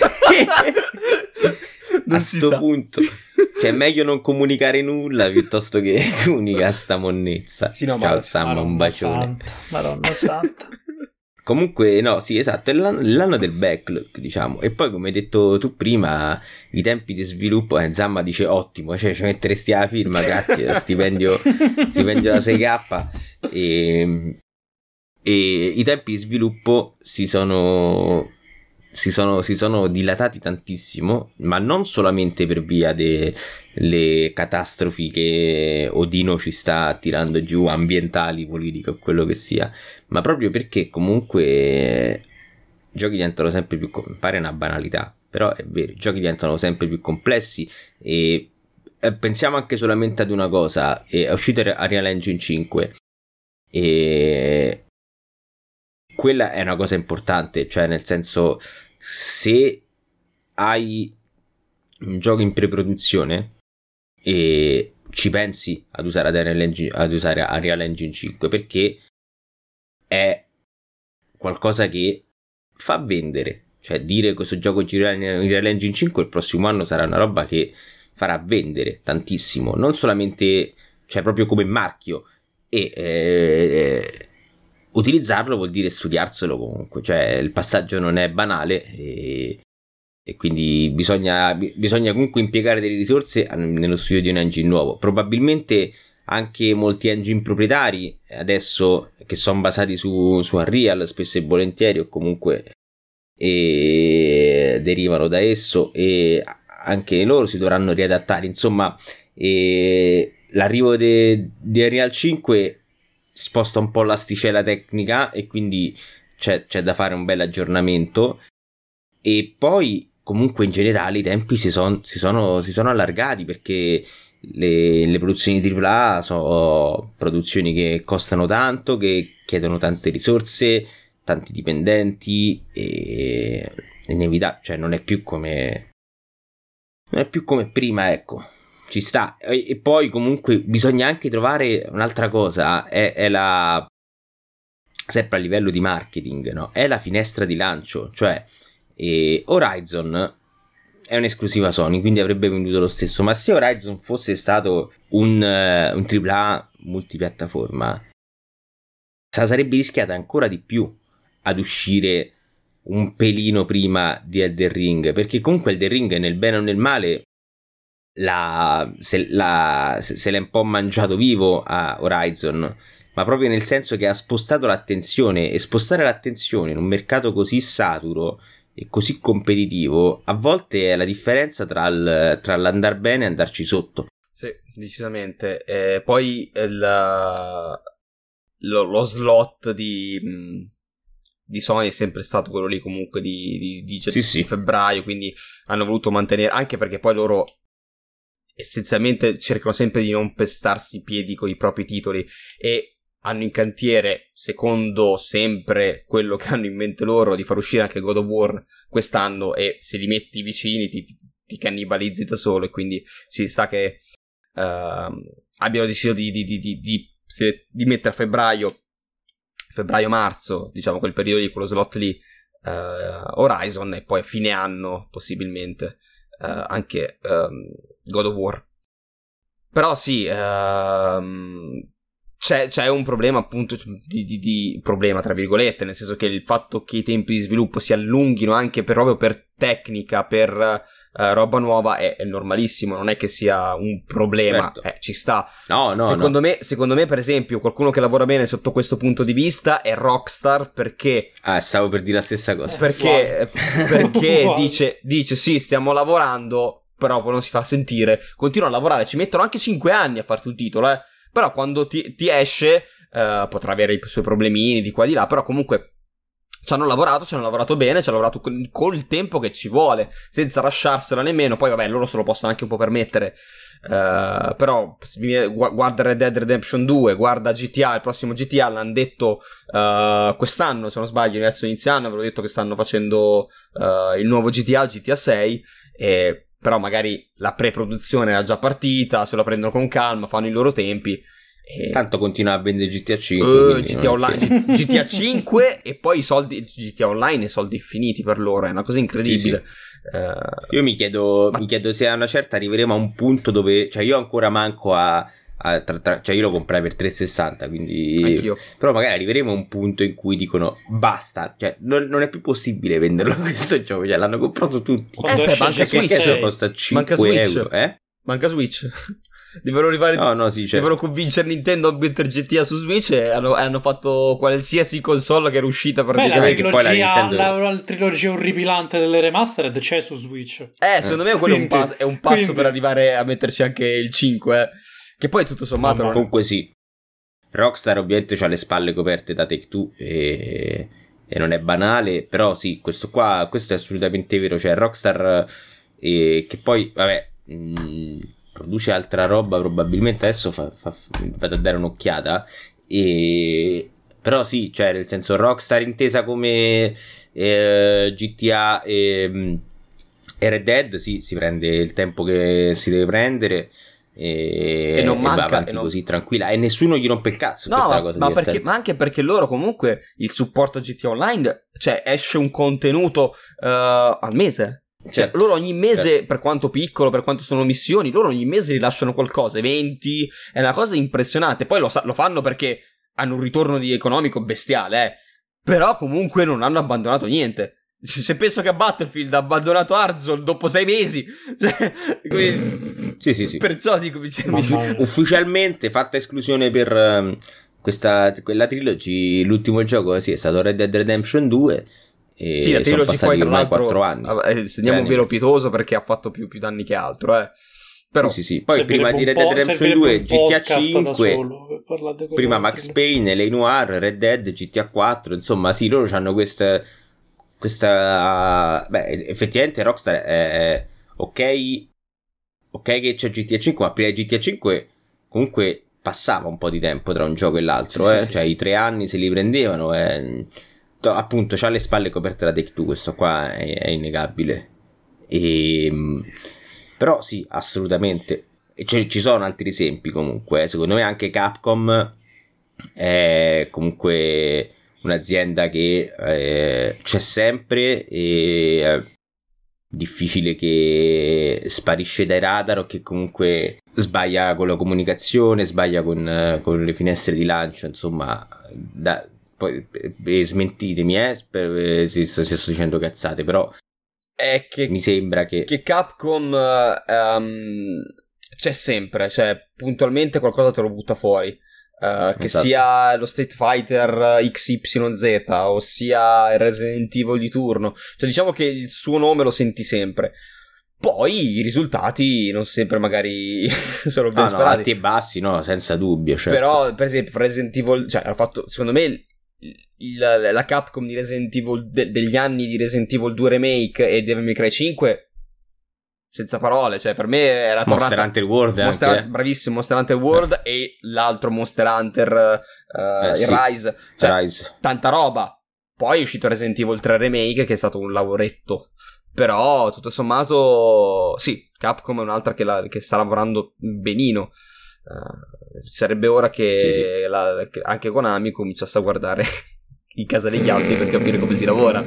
Non a sto sa. punto cioè è meglio non comunicare nulla piuttosto che comunicare sta monnezza. Sì, no, ciao Zamma, un bacione santa, Madonna santa. Comunque no, sì, esatto, è l'anno, l'anno del backlog, diciamo. E poi, come hai detto tu prima, i tempi di sviluppo, eh, Zamma dice ottimo, cioè ci metteresti la firma, grazie, stipendio, stipendio da sei K. E, e i tempi di sviluppo si sono, si sono, si sono dilatati tantissimo, ma non solamente per via delle catastrofi che Odino ci sta tirando giù, ambientali, politiche o quello che sia, ma proprio perché comunque i giochi diventano sempre più, pare una banalità, però è vero, i giochi diventano sempre più complessi e eh, pensiamo anche solamente ad una cosa, è uscito Unreal Engine cinque e quella è una cosa importante, cioè nel senso, se hai un gioco in pre-produzione e ci pensi ad usare Unreal Engine, ad usare Unreal Engine cinque, perché è qualcosa che fa vendere, cioè dire questo gioco gira in Unreal Engine cinque il prossimo anno sarà una roba che farà vendere tantissimo, non solamente, cioè proprio come marchio, e eh, utilizzarlo vuol dire studiarselo comunque, cioè il passaggio non è banale e, e quindi bisogna, bisogna comunque impiegare delle risorse nello studio di un engine nuovo. Probabilmente anche molti engine proprietari adesso che sono basati su, su Unreal spesso e volentieri o comunque e derivano da esso, e anche loro si dovranno riadattare, insomma, e l'arrivo di Unreal cinque sposta un po' l'asticella tecnica e quindi c'è, c'è da fare un bel aggiornamento, e poi comunque in generale i tempi si, son, si, sono, si sono allargati, perché le, le produzioni tripla A sono produzioni che costano tanto, che chiedono tante risorse, tanti dipendenti, e inevitabile, cioè non è più come non è più come prima, ecco. Ci sta, e poi comunque bisogna anche trovare un'altra cosa, è, è la sempre a livello di marketing, no? È la finestra di lancio, cioè eh, Horizon è un'esclusiva Sony, quindi avrebbe venduto lo stesso, ma se Horizon fosse stato un, uh, un tripla A multipiattaforma, sarebbe rischiata ancora di più ad uscire un pelino prima di Elden Ring, perché comunque Elden Ring nel bene o nel male la, se, la, se l'è un po' mangiato vivo a Horizon, ma proprio nel senso che ha spostato l'attenzione, e spostare l'attenzione in un mercato così saturo e così competitivo a volte è la differenza tra, il, tra l'andar bene e andarci sotto. Sì, decisamente. Eh, poi il, lo, lo slot di, di Sony è sempre stato quello lì comunque di, di, di, sì, sì. febbraio, quindi hanno voluto mantenere, anche perché poi loro essenzialmente cercano sempre di non pestarsi i piedi con i propri titoli, e hanno in cantiere, secondo sempre quello che hanno in mente loro, di far uscire anche God of War quest'anno, e se li metti vicini ti, ti, ti cannibalizzi da solo, e quindi ci sta che uh, abbiano deciso di, di, di, di, di, di mettere a febbraio febbraio-marzo, diciamo quel periodo lì, quello slot lì, uh, Horizon, e poi a fine anno possibilmente uh, anche um, God of War. Però sì, uh, C'è, c'è un problema appunto di, di, di problema tra virgolette, nel senso che il fatto che i tempi di sviluppo si allunghino anche per, proprio per tecnica, per uh, roba nuova è, è normalissimo, non è che sia un problema, certo. eh, ci sta. No, no, secondo no. me, secondo me per esempio qualcuno che lavora bene sotto questo punto di vista è Rockstar, perché ah stavo per dire la stessa cosa, perché, wow. perché wow. dice, dice sì, stiamo lavorando, però poi non si fa sentire, continua a lavorare, ci mettono anche cinque anni a farti un titolo, eh però quando ti, ti esce uh, potrà avere i suoi problemini di qua e di là, però comunque ci hanno lavorato, ci hanno lavorato bene, ci hanno lavorato con, col tempo che ci vuole, senza lasciarsela nemmeno. Poi vabbè, loro se lo possono anche un po' permettere, uh, però guarda Red Dead Redemption due, guarda G T A, il prossimo G T A l'hanno detto uh, quest'anno, se non sbaglio, verso inizio anno, ve l'ho detto che stanno facendo uh, il nuovo G T A, G T A sei, e però magari la pre-produzione era già partita, se la prendono con calma, fanno i loro tempi. E... tanto continua a vendere G T A cinque. Uh, G T A Online, G T A cinque e poi i soldi, G T A Online e soldi infiniti per loro, è una cosa incredibile. Sì, sì. Uh, io mi chiedo, ma... mi chiedo se a una certa arriveremo a un punto dove, cioè io ancora manco a... A tra, tra, cioè io lo comprai per trecentosessanta, quindi anch'io. Però magari arriveremo a un punto in cui dicono basta, cioè non, non è più possibile venderlo questo gioco, cioè l'hanno comprato tutti. Eh, beh, manca Switch, che costa cinque euro, eh? Manca Switch. Devono arrivare, no, no, sì, certo. Devono convincere Nintendo a mettere G T A su Switch, e hanno, hanno fatto qualsiasi console che era uscita praticamente. Beh, la trilogia, la, Nintendo... la, la trilogia orripilante delle remastered c'è su Switch. Eh, secondo eh. me quello quindi, è un passo, è un passo quindi... per arrivare a metterci anche il cinque, eh. Che poi tutto sommato no, comunque sì, Rockstar ovviamente c'ha le spalle coperte da Take-Two e, e non è banale, però sì, questo qua, questo è assolutamente vero, cioè Rockstar eh, che poi vabbè mh, produce altra roba probabilmente, adesso fa, fa, vado a dare un'occhiata, e però sì, cioè nel senso Rockstar intesa come eh, G T A e, e Red Dead, sì, si prende il tempo che si deve prendere e, e non e manca, va avanti e non... così tranquilla, e nessuno gli rompe il cazzo. No, questa ma, è la cosa ma, divertente. perché, ma anche perché loro comunque il supporto G T A Online, cioè esce un contenuto uh, al mese. Cioè, certo, loro ogni mese, certo. Per quanto piccolo, per quanto sono missioni, loro ogni mese rilasciano qualcosa, eventi, è una cosa impressionante. Poi lo, lo fanno perché hanno un ritorno di economico bestiale, eh. Però comunque non hanno abbandonato niente. Se penso che a Battlefield ha abbandonato Warzone dopo sei mesi, cioè, quindi, sì, sì, sì. Perciò dico, mi ufficialmente fatta esclusione per um, questa quella trilogy, l'ultimo gioco sì, è stato Red Dead Redemption due. E sì, la trilogy poi tra l'altro quattro anni. Eh, segniamo un velo pietoso perché ha fatto più, più danni che altro, eh. Però sì, sì, sì. Poi prima di Red Dead Redemption due, G T A cinque, solo, prima Max Payne, L A. Noir, Red Dead, G T A quattro, insomma sì, loro hanno questa questa beh, effettivamente Rockstar è ok ok che c'è G T A cinque, ma prima di G T A cinque comunque passava un po' di tempo tra un gioco e l'altro, sì, eh? Sì, cioè sì. I tre anni se li prendevano, eh. Appunto c'ha le spalle coperte da Take-Two, questo qua è, è innegabile. E però sì, assolutamente. E ci sono altri esempi comunque, secondo me anche Capcom è comunque un'azienda che eh, c'è sempre e è difficile che sparisce dai radar o che comunque sbaglia con la comunicazione, sbaglia con, con le finestre di lancio, insomma, da, poi eh, smentitemi eh, per, eh, se, sto, se sto dicendo cazzate, però è che, mi sembra che, che Capcom um, c'è sempre, cioè puntualmente qualcosa te lo butta fuori. Uh, che esatto. sia lo Street Fighter X Y Z o sia il Resident Evil di turno, cioè diciamo che il suo nome lo senti sempre. Poi i risultati non sempre magari sono ben ah, sperati, no, alti e bassi, no, senza dubbio, certo. Però per esempio Resident Evil, cioè ha fatto secondo me il, il, la Capcom di Resident Evil de, degli anni di Resident Evil due Remake e Devil May Cry cinque senza parole, cioè per me era tornata Monster Hunter World Monster anche, Hunter, bravissimo, Monster Hunter World eh. e l'altro Monster Hunter uh, eh, il sì. Rise, cioè Rise, tanta roba. Poi è uscito Resident Evil tre Remake che è stato un lavoretto, però tutto sommato sì, Capcom è un'altra che, la, che sta lavorando benino. Uh, sarebbe ora che, sì, sì. La, che anche Konami cominciasse a guardare i casi degli altri per capire come si lavora.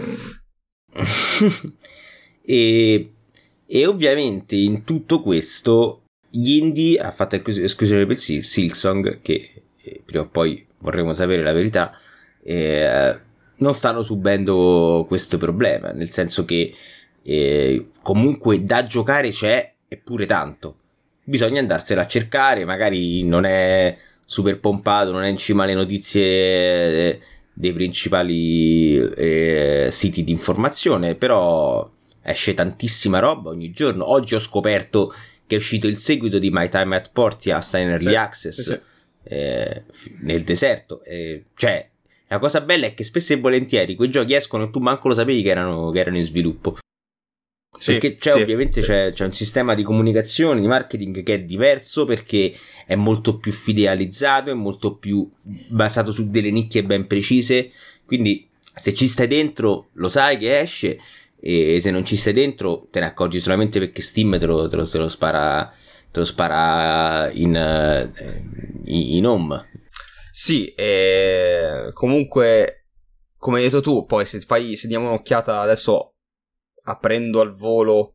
e E ovviamente in tutto questo gli indie, ha fatto esclusione per Silksong, che eh, prima o poi vorremmo sapere la verità, eh, non stanno subendo questo problema, nel senso che eh, comunque da giocare c'è, eppure tanto. Bisogna andarsela a cercare, magari non è super pompato, non è in cima alle notizie eh, dei principali eh, siti di informazione, però esce tantissima roba ogni giorno. Oggi ho scoperto che è uscito il seguito di My Time at Portia, sta in Early sì, Access sì, sì. Eh, nel deserto, eh, cioè la cosa bella è che spesso e volentieri quei giochi escono e tu manco lo sapevi che erano, che erano in sviluppo, sì, perché c'è sì, ovviamente sì. C'è, c'è un sistema di comunicazione, di marketing che è diverso, perché è molto più fidelizzato, è molto più basato su delle nicchie ben precise, quindi se ci stai dentro lo sai che esce, e se non ci stai dentro te ne accorgi solamente perché Steam te lo, te lo, te lo spara te lo spara in, uh, in home. Sì, e comunque come hai detto tu, poi se fai se diamo un'occhiata adesso aprendo al volo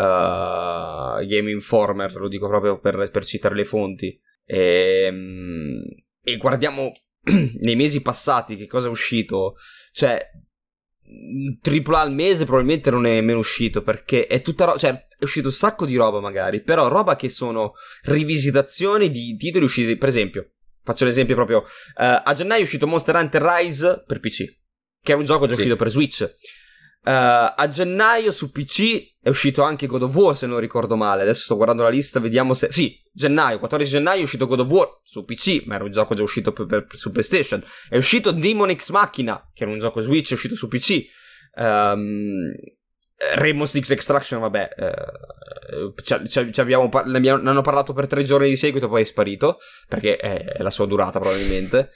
uh, Game Informer, lo dico proprio per, per citare le fonti, e, e guardiamo nei mesi passati che cosa è uscito, cioè tripla A al mese probabilmente non è nemmeno uscito, perché è tutta roba, cioè è uscito un sacco di roba magari, però roba che sono rivisitazioni di titoli usciti. Per esempio, faccio l'esempio proprio, uh, a gennaio è uscito Monster Hunter Rise per P C, che è un gioco già sì. uscito per Switch. Uh, a gennaio su P C è uscito anche God of War, se non ricordo male. Adesso sto guardando la lista, vediamo se... Sì, gennaio, quattordici gennaio è uscito God of War su P C, ma era un gioco già uscito per, per, su PlayStation. È uscito Demon X Machina, che era un gioco Switch, è uscito su P C. Um, Rainbow Six Extraction, vabbè, uh, ci, ci, ci abbiamo par- ne, abbiamo, ne hanno parlato per tre giorni di seguito, poi è sparito, perché è, è la sua durata probabilmente.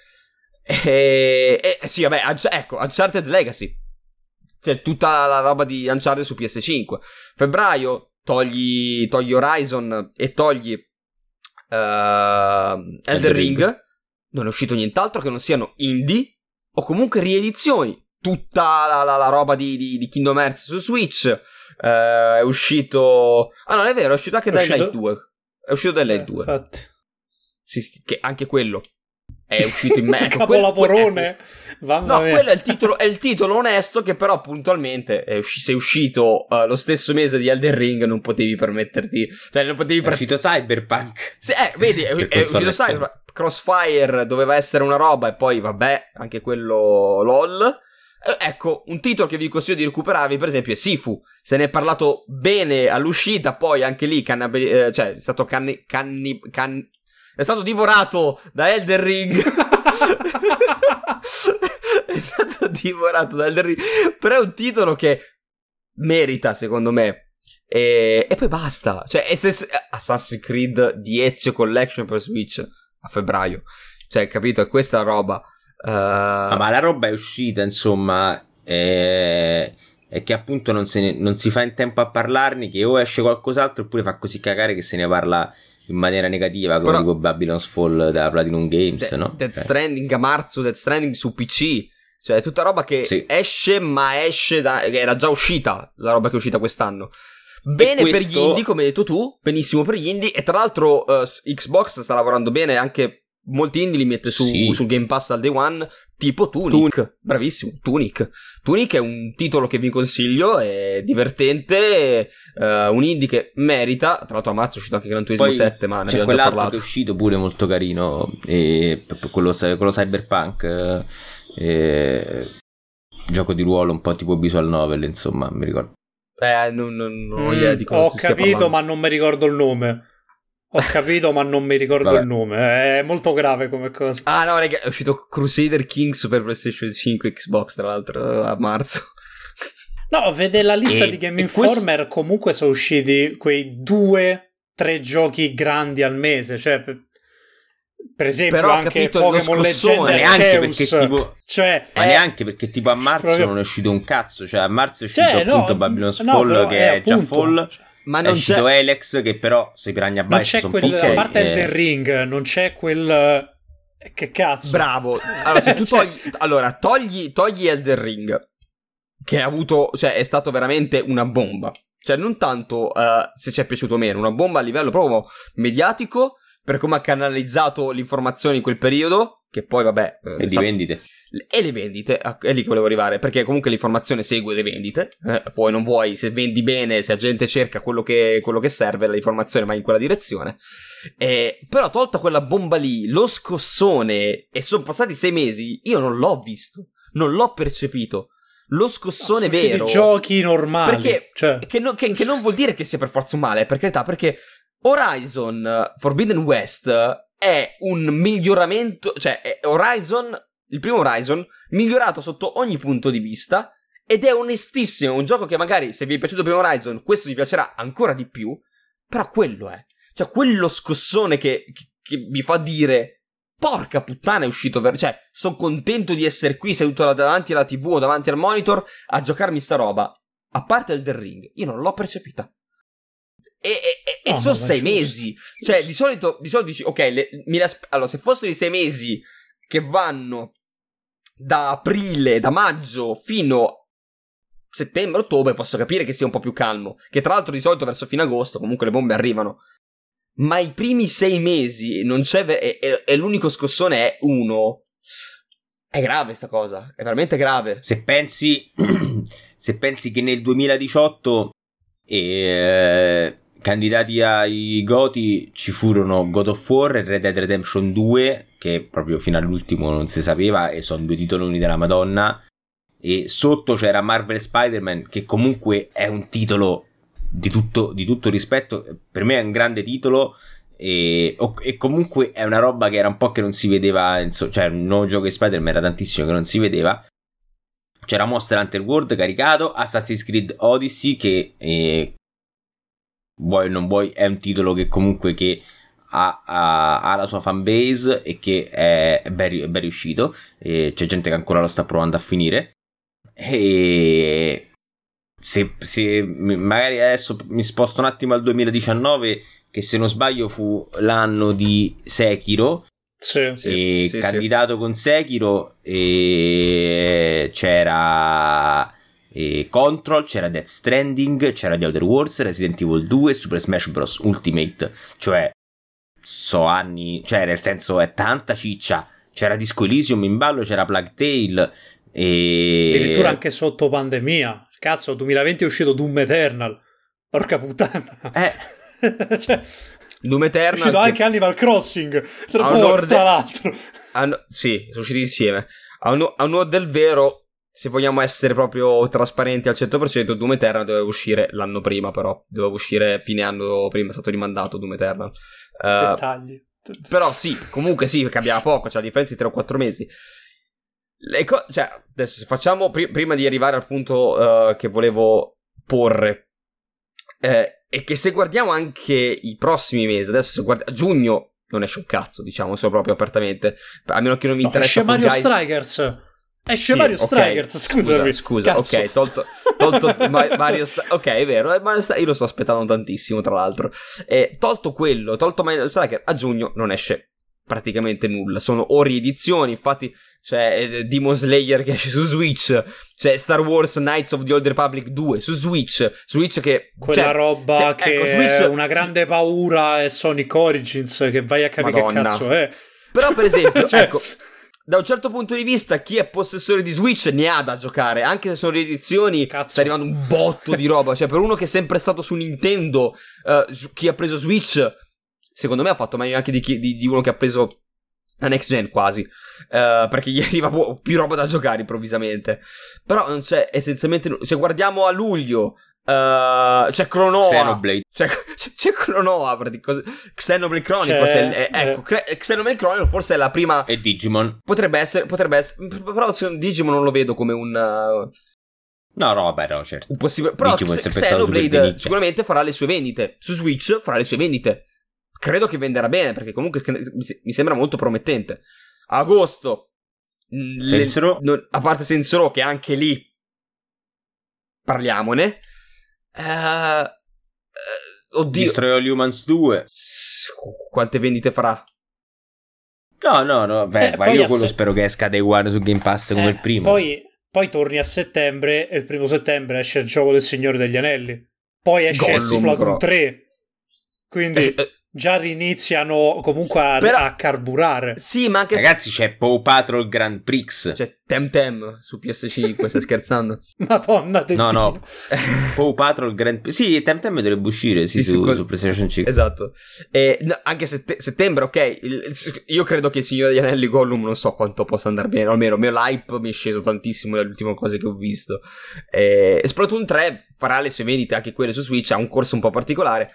E, e sì, vabbè, ecco, Uncharted Legacy. Cioè tutta la roba di Uncharted su P S cinque. Febbraio togli, togli Horizon e togli uh, Elden, Elden Ring. Ring. Non è uscito nient'altro che non siano indie o comunque riedizioni. Tutta la, la, la roba di, di, di Kingdom Hearts su Switch. Uh, è uscito... Ah, non è vero, è uscito anche Dying Light due. È uscito Dying Light due. Infatti. Sì, che anche quello è uscito in me. Capolaporone. Ecco, no, mia. Quello è il titolo, è il titolo onesto che però puntualmente è usci- sei uscito uh, lo stesso mese di Elden Ring, non potevi permetterti, cioè non potevi per... È uscito Cyberpunk. Sì, eh, vedi, è, è uscito Cyberpunk. Crossfire doveva essere una roba e poi vabbè, anche quello LOL. Eh, ecco, un titolo che vi consiglio di recuperarvi per esempio è Sifu. Se ne è parlato bene all'uscita, poi anche lì cannab- eh, cioè è stato canni, canni, can- è stato divorato da Elden Ring. È stato divorato da Elden Ring. Però è un titolo che merita, secondo me. E, e poi basta. Cioè, S S... Assassin's Creed di Ezio Collection per Switch a febbraio. Cioè, capito? È questa la roba. Uh... Ah, ma la roba è uscita, insomma. È, è che appunto non, se ne... non si fa in tempo a parlarne. Che o esce qualcos'altro oppure fa così cagare che se ne parla in maniera negativa, come dico Babylon's Fall della Platinum Games, De- no? Death cioè. Stranding a marzo, Death Stranding su P C, Cioè, è tutta roba che sì. esce, ma esce da... era già uscita, la roba che è uscita quest'anno. Bene questo... per gli indie, come hai detto tu, benissimo per gli indie. E tra l'altro uh, Xbox sta lavorando bene, anche molti indie li mette su, sì. sul Game Pass al day one, tipo Tunic. Tunic. Bravissimo, Tunic. Tunic è un titolo che vi consiglio, è divertente, uh, un indie che merita. Tra l'altro a marzo è uscito anche Gran Turismo sette, ma ne c'è abbiamo già quell'altro parlato. che è uscito pure molto carino, e quello, quello Cyberpunk, e... gioco di ruolo un po' tipo visual novel, insomma, mi ricordo. Eh, non, non, non ho idea di cosa Ho tu stia capito, parlando. ma non mi ricordo il nome. Ho capito, ma non mi ricordo Vabbè. il nome. È molto grave come cosa. Ah no, raga, è uscito Crusader Kings per PlayStation cinque e Xbox, tra l'altro, a marzo. No, vede la lista e, di Game questo... Informer, comunque sono usciti quei due, tre giochi grandi al mese, cioè... Per... Per esempio, però, anche capito, Pokémon Legend neanche Arceus, perché tipo cioè, ma eh, neanche perché tipo a marzo proprio... non è uscito un cazzo, cioè a marzo è uscito cioè, appunto no, Babylon's no, Fall però, che è è già appunto, Fall, ma è non uscito c'è... Elex che però sui Piranha non Bytes c'è sono quel, pochi, a parte eh... Elden Ring, non c'è quel che cazzo. Bravo. Allora, se tu cioè... togli allora togli togli Elden Ring, che ha avuto, cioè è stato veramente una bomba. Cioè non tanto uh, se ci è piaciuto o meno, una bomba a livello proprio mediatico per come ha canalizzato l'informazione in quel periodo, che poi vabbè e di vendite e le vendite, è lì che volevo arrivare, perché comunque l'informazione segue le vendite, eh, poi non vuoi, se vendi bene, se la gente cerca quello che, quello che serve, l'informazione va in quella direzione. Eh, però tolta quella bomba lì, lo scossone, e sono passati sei mesi, io non l'ho visto, non l'ho percepito. Lo scossone no, vero, giochi normali, perché cioè... che, no, che, che non vuol dire che sia per forza un male, per carità, perché Horizon Forbidden West è un miglioramento, cioè è Horizon, il primo Horizon, migliorato sotto ogni punto di vista, ed è onestissimo, un gioco che magari se vi è piaciuto il primo Horizon, questo vi piacerà ancora di più, però quello è, cioè quello scossone che, che, che vi fa dire, porca puttana è uscito, ver- cioè sono contento di essere qui seduto davanti alla tivù o davanti al monitor a giocarmi sta roba, a parte il The Ring, io non l'ho percepita. E, e, e no, sono sei giusto. mesi. Cioè, di solito, di solito dici, ok, le, mi asp- allora, se fossero i sei mesi che vanno da aprile, da maggio fino a settembre, ottobre, posso capire che sia un po' più calmo. Che tra l'altro di solito verso fine agosto comunque le bombe arrivano. Ma i primi sei mesi non c'è. Ve- e, e, e l'unico scossone è uno. È grave sta cosa. È veramente grave. Se pensi, se pensi che nel duemiladiciotto. E candidati ai Goti ci furono God of War e Red Dead Redemption due, che proprio fino all'ultimo non si sapeva, e sono due titoloni della Madonna, e sotto c'era Marvel Spider-Man, che comunque è un titolo di tutto, di tutto rispetto, per me è un grande titolo, e, e comunque è una roba che era un po' che non si vedeva, cioè un nuovo gioco di Spider-Man era tantissimo che non si vedeva. C'era Monster Hunter World caricato, Assassin's Creed Odyssey che eh, vuoi o non vuoi è un titolo che comunque che ha, ha, ha la sua fanbase e che è, è, ben, è ben riuscito, e c'è gente che ancora lo sta provando a finire, e se, se magari adesso mi sposto un attimo al duemiladiciannove, che se non sbaglio fu l'anno di Sekiro. Sì, sì, e sì, candidato sì. con Sekiro, e c'era e Control, c'era Death Stranding, c'era The Outer Worlds, Resident Evil due, Super Smash Bros. Ultimate, cioè so anni, cioè nel senso è tanta ciccia. C'era Disco Elysium in ballo, c'era Plague Tale, e addirittura anche sotto pandemia. Cazzo, duemilaventi è uscito Doom Eternal, porca puttana. eh Cioè, Doom Eternal, è uscito che... anche Animal Crossing tra, a onor tra de... l'altro a no... sì, sono usciti insieme. A onor, a onor del vero, se vogliamo essere proprio trasparenti al cento per cento, Doom Eternal doveva uscire l'anno prima, però doveva uscire fine anno prima, è stato rimandato Doom Eternal. Uh, dettagli. Però sì, comunque sì, cambiava poco, c'è la differenza di tre o quattro mesi. Le co- cioè, adesso se facciamo pri- prima di arrivare al punto uh, che volevo porre, eh, e che se guardiamo anche i prossimi mesi, adesso se guardi a giugno non esce un cazzo, diciamo, solo proprio apertamente, a meno che non vi no, interessa esce Mario Guide. Strikers. Esce Sì, Mario okay. Strikers, scusami. Scusa, Cazzo. ok, tolto, tolto ma- Mario Stri- ok, è vero, Mario Stri- io lo sto aspettando tantissimo, tra l'altro. E tolto quello, tolto Mario Striker, a giugno non esce praticamente nulla, sono o riedizioni. Infatti c'è eh, Demon Slayer che esce su Switch, c'è Star Wars Knights of the Old Republic due su Switch, Switch che quella cioè, roba cioè, che ecco, Switch... è una grande paura è Sonic Origins, che vai a capire Madonna. che cazzo è. Però per esempio, cioè... ecco, da un certo punto di vista chi è possessore di Switch ne ha da giocare, anche se sono riedizioni. Cazzo. Sta arrivando un botto di roba, cioè per uno che è sempre stato su Nintendo, uh, chi ha preso Switch secondo me ha fatto meglio anche di, chi, di, di uno che ha preso la next gen quasi, uh, perché gli arriva più roba da giocare improvvisamente. Però non c'è essenzialmente, se guardiamo a luglio Uh, c'è Chronoa, Xenoblade. C'è, c'è, c'è Chronoa, Xenoblade Chronicles. C'è, è, è, ecco, eh. Xenoblade Chronicles forse è la prima. E Digimon. Potrebbe essere, potrebbe essere. Però Digimon non lo vedo come un. Uh, no, no, vabbè, no, certo. Un possibile. Però X- Xenoblade sicuramente farà le sue vendite. Su Switch farà le sue vendite. Credo che venderà bene, perché comunque mi sembra molto promettente. Agosto. Sensero. Le, non, a parte Sensero, che anche lì parliamone. Uh, uh, oddio. Destroy All Humans due. Quante vendite farà? No, no, no. Beh, eh, ma io quello se... spero che esca Day One su Game Pass come eh, il primo. Poi, poi torni a settembre e il primo settembre esce il gioco del Signore degli Anelli. Poi esce Splatoon tre. Quindi eh, eh. già riniziano comunque a, Però... a carburare. Sì, ma anche ragazzi, c'è Paw Patrol Grand Prix. C'è Temtem su P S cinque, stai scherzando? Madonna, no, no. Paw Patrol Grand Prix. Sì, Temtem dovrebbe uscire sì, sì, su, su, su PlayStation cinque. Esatto. E, no, anche sett- settembre, ok. Il, io credo che il Signore degli Anelli Gollum non so quanto possa andare bene. O almeno il mio hype mi è sceso tantissimo dalle ultime cose che ho visto. E Splatoon tre farà le sue vendite anche quelle su Switch. Ha un corso un po' particolare.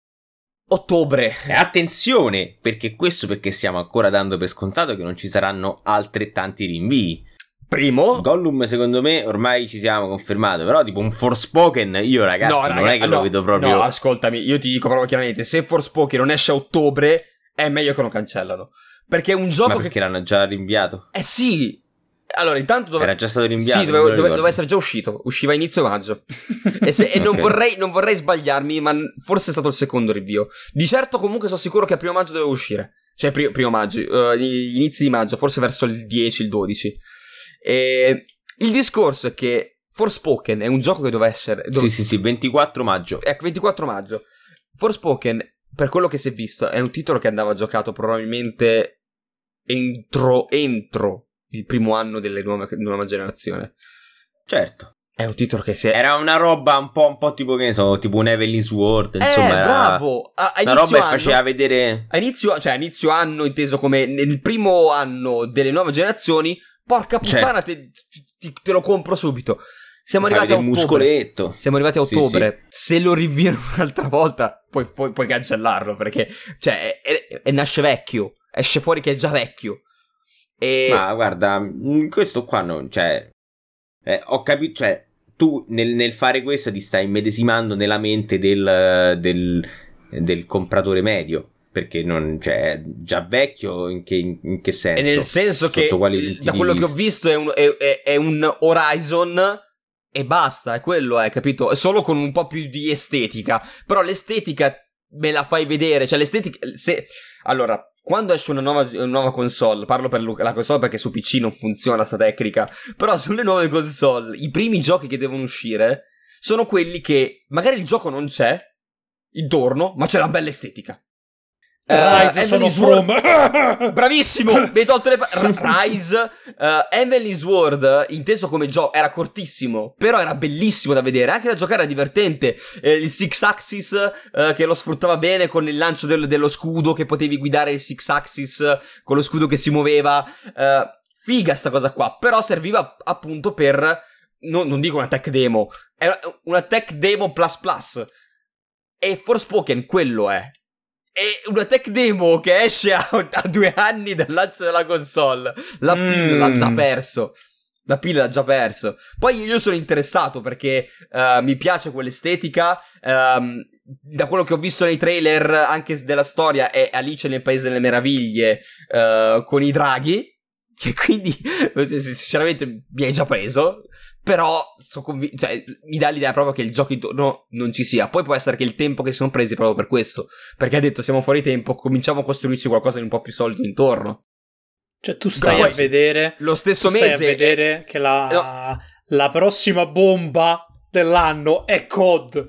Ottobre. E attenzione, perché questo perché stiamo ancora dando per scontato che non ci saranno altrettanti rinvii. Primo Gollum secondo me ormai ci siamo confermato, però tipo un Forspoken io ragazzi no, non raga, è che no, lo vedo proprio. No, ascoltami, io ti dico proprio chiaramente, se Forspoken non esce a ottobre è meglio che lo cancellano, perché è un gioco. Ma perché che... l'hanno già rinviato? Eh sì. Allora, intanto dove... era già stato rinviato. Sì, dove, dove, doveva essere già uscito. Usciva a inizio maggio. e se, e okay. non, vorrei, non vorrei sbagliarmi, ma forse è stato il secondo rinvio. Di certo, comunque, sono sicuro che a primo maggio doveva uscire. Cioè, primo, primo maggio, uh, inizi di maggio, forse verso il dieci, il dodici. E il discorso è che Forspoken è un gioco che doveva essere. Dove... Sì, sì, sì, ventiquattro maggio. Ecco, ventiquattro maggio. Forspoken, per quello che si è visto, è un titolo che andava giocato probabilmente entro. entro. il primo anno delle nuove, nuova generazione. Certo. È un titolo che si è... Era una roba un po', un po' tipo, che ne so, tipo un Heavenly Sword, insomma. Eh, bravo! A, a una roba anno, che faceva vedere... A inizio, cioè, a inizio anno, inteso come nel primo anno delle nuove generazioni, porca puttana, certo. te, te, te lo compro subito. Siamo arrivati a ottobre. Muscoletto. Siamo arrivati a ottobre. Sì, sì. Se lo rinviano un'altra volta, puoi, puoi, puoi cancellarlo, perché, cioè, è, è, è nasce vecchio. Esce fuori che è già vecchio. E... Ma guarda, questo qua non, cioè, eh, ho capito, cioè, tu nel, nel fare questo ti stai immedesimando nella mente del, del, del compratore medio, perché non, cioè, è già vecchio in che, in che senso? E nel senso che, da quello che ho visto, è un, è, è, è un Horizon e basta, è quello, è, capito? È solo con un po' più di estetica, però l'estetica me la fai vedere, cioè l'estetica, se, allora... Quando esce una nuova, una nuova console, parlo per la console perché su P C non funziona sta tecnica, però sulle nuove console i primi giochi che devono uscire sono quelli che magari il gioco non c'è intorno, ma c'è la bella estetica. Rise, uh, sono Sword. Bravissimo, mi hai tolto le pa- Rise, uh, Heavenly Sword, inteso come gioco, era cortissimo, però era bellissimo da vedere, anche da giocare era divertente. Eh, il Six Axis uh, che lo sfruttava bene con il lancio del, dello scudo, che potevi guidare il Six Axis con lo scudo che si muoveva. Uh, figa sta cosa qua, però serviva appunto per, no, non dico una tech demo, era una tech demo plus plus. E Forspoken quello è. È una tech demo che esce a, a due anni dal lancio della console. La mm. P I L l'ha già perso. La P I L l'ha già perso. Poi io sono interessato perché uh, mi piace quell'estetica. Um, da quello che ho visto nei trailer, anche della storia, è Alice nel Paese delle Meraviglie uh, con i draghi. che quindi sinceramente mi hai già preso, però so conv- cioè, mi dà l'idea proprio che il gioco intorno non ci sia. Poi può essere che il tempo che si sono presi proprio per questo, perché ha detto siamo fuori tempo, cominciamo a costruirci qualcosa di un po' più solido intorno. Cioè tu stai Poi, a vedere lo stesso tu stai mese a vedere è... che la, no. la prossima bomba dell'anno è C O D.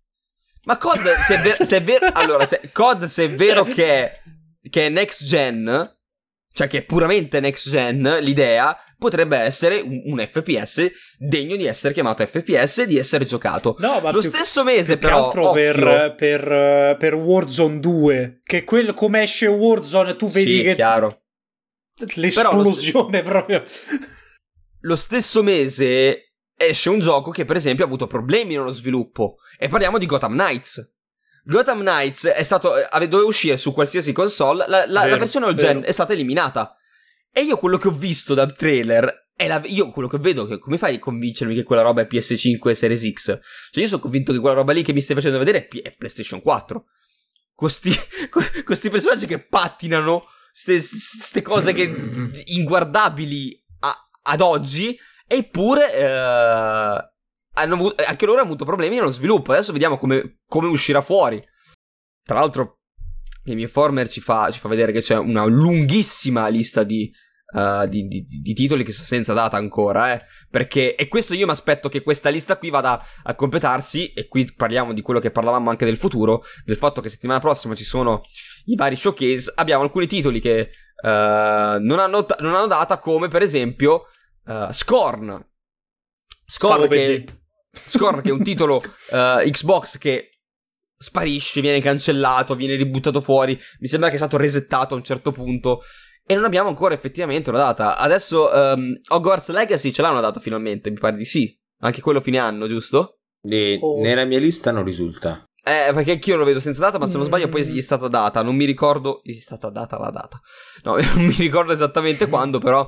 Ma C O D se è, ver- se è vero allora se C O D se è vero cioè... che è che è next gen, cioè che è puramente next gen, l'idea potrebbe essere un, un F P S degno di essere chiamato F P S e di essere giocato. No, ma lo più, stesso mese più però altro per, per, per Warzone due, che quello come esce Warzone tu vedi sì, che chiaro. L'esplosione lo st- proprio. Lo stesso mese esce un gioco che per esempio ha avuto problemi nello sviluppo e parliamo di Gotham Knights. Gotham Knights è stato doveva uscire su qualsiasi console, la, la, vero, la versione all gen è stata eliminata. E io quello che ho visto dal trailer è la, io quello che vedo, che come fai a convincermi che quella roba è P S cinque e Series X? Cioè io sono convinto che quella roba lì che mi stai facendo vedere è, P- è PlayStation quattro. Questi questi personaggi che pattinano, queste cose che inguardabili a, ad oggi, eppure eh, hanno avuto, anche loro hanno avuto problemi nello sviluppo. Adesso vediamo come, come uscirà fuori. Tra l'altro Game Informer ci fa, ci fa vedere che c'è una lunghissima lista di, uh, di, di, di titoli che sono senza data ancora, eh, perché, e questo io mi aspetto che questa lista qui vada a completarsi, e qui parliamo di quello che parlavamo anche del futuro, del fatto che settimana prossima ci sono i vari showcase. Abbiamo alcuni titoli che uh, non, hanno, non hanno data, come per esempio uh, Scorn Scorn che, Scorn che è un titolo uh, Xbox che sparisce, viene cancellato, viene ributtato fuori. Mi sembra che è stato resettato a un certo punto e non abbiamo ancora effettivamente una data. Adesso um, Hogwarts Legacy ce l'ha una data finalmente, mi pare di sì. Anche quello fine anno, giusto? E oh. Nella mia lista non risulta. Eh, perché anch'io lo vedo senza data, ma se non sbaglio poi gli è stata data. Non mi ricordo. Gli è stata data la data. No, non mi ricordo esattamente quando, però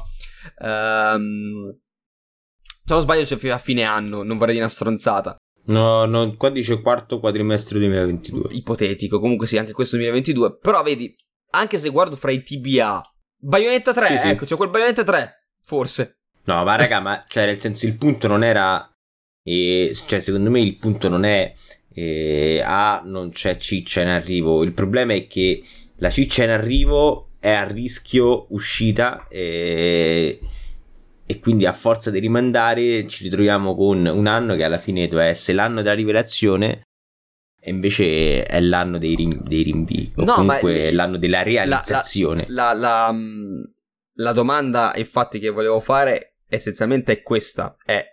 um, se non sbaglio c'è a fine anno, non vorrei dire una stronzata. No, no, qua dice quarto quadrimestre duemilaventidue. Ipotetico, comunque sì, anche questo duemilaventidue. Però vedi, anche se guardo fra i T B A, Bayonetta tre, sì, sì. Ecco, c'è quel Bayonetta tre, forse. No, ma raga, ma cioè nel senso il punto non era eh, cioè secondo me il punto non è eh, A, non c'è ciccia in arrivo. Il problema è che la ciccia in arrivo è a rischio uscita e... e quindi a forza di rimandare ci ritroviamo con un anno che alla fine doveva essere l'anno della rivelazione e invece è l'anno dei, rim- dei rinvii o no, comunque ma l'anno della realizzazione. La, la, la, la domanda infatti che volevo fare essenzialmente è questa, è: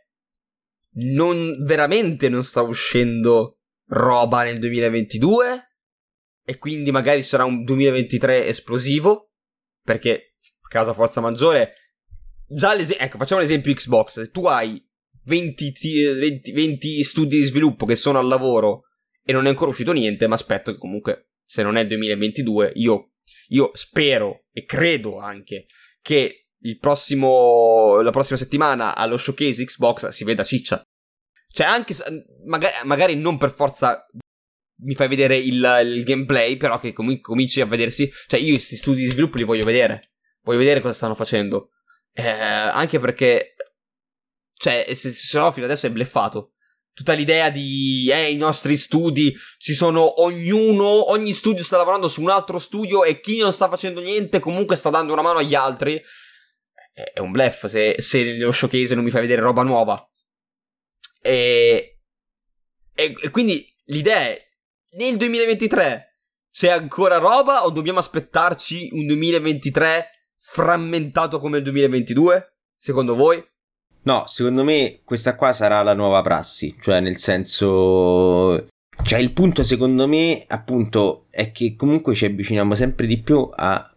non veramente non sta uscendo roba nel duemilaventidue e quindi magari sarà un duemilaventitré esplosivo? Perché casa forza maggiore già ecco, facciamo l'esempio Xbox. Se tu hai venti, venti, venti studi di sviluppo che sono al lavoro e non è ancora uscito niente, ma aspetto che comunque, se non è il duemilaventidue, io, io spero e credo anche che il prossimo la prossima settimana allo showcase Xbox si veda ciccia. Cioè anche magari, magari non per forza mi fai vedere il, il gameplay, però che comunque cominci a vedersi. Cioè io questi studi di sviluppo li voglio vedere. Voglio vedere cosa stanno facendo. Eh, anche perché cioè se, se no fino adesso è bleffato tutta l'idea di eh i nostri studi ci sono, ognuno ogni studio sta lavorando su un altro studio e chi non sta facendo niente comunque sta dando una mano agli altri. È, è un bluff se, se nello showcase non mi fai vedere roba nuova. E, e, e quindi l'idea è: nel duemilaventitré c'è ancora roba o dobbiamo aspettarci un duemilaventitré frammentato come il duemilaventidue, secondo voi? No, secondo me questa qua sarà la nuova prassi, cioè nel senso, cioè il punto secondo me appunto è che comunque ci avviciniamo sempre di più a,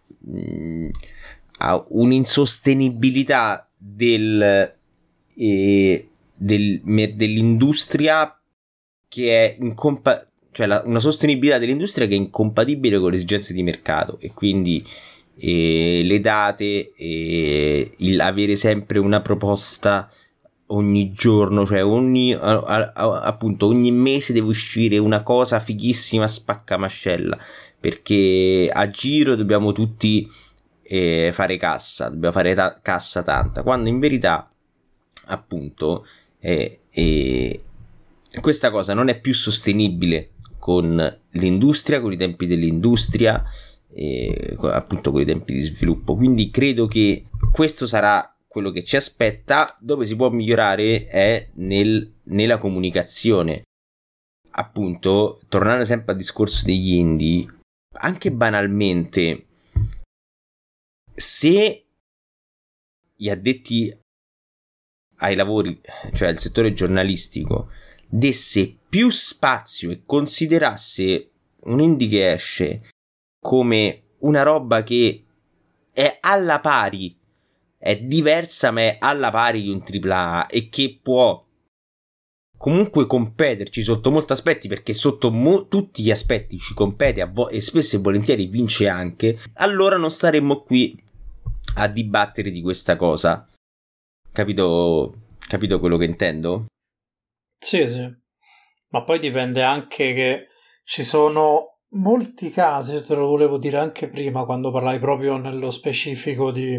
a un'insostenibilità del, eh, del dell'industria che è incompa- cioè la, una sostenibilità dell'industria che è incompatibile con le esigenze di mercato e quindi e le date e il avere sempre una proposta ogni giorno, cioè ogni a, a, appunto ogni mese deve uscire una cosa fighissima spaccamascella, perché a giro dobbiamo tutti eh, fare cassa, dobbiamo fare ta- cassa tanta, quando in verità appunto eh, eh, questa cosa non è più sostenibile con l'industria, con i tempi dell'industria, eh, appunto con i tempi di sviluppo. Quindi credo che questo sarà quello che ci aspetta. Dove si può migliorare è nel, nella comunicazione. Appunto, tornando sempre al discorso degli indie, anche banalmente, se gli addetti ai lavori, cioè il settore giornalistico, desse più spazio e considerasse un indie che esce come una roba che è alla pari, è diversa ma è alla pari di un tripla A e che può comunque competerci sotto molti aspetti, perché sotto mo- tutti gli aspetti ci compete a vo- e spesso e volentieri vince anche, allora non staremmo qui a dibattere di questa cosa. Capito, capito quello che intendo? Sì, sì. Ma poi dipende anche che ci sono molti casi, te lo volevo dire anche prima quando parlai proprio nello specifico di...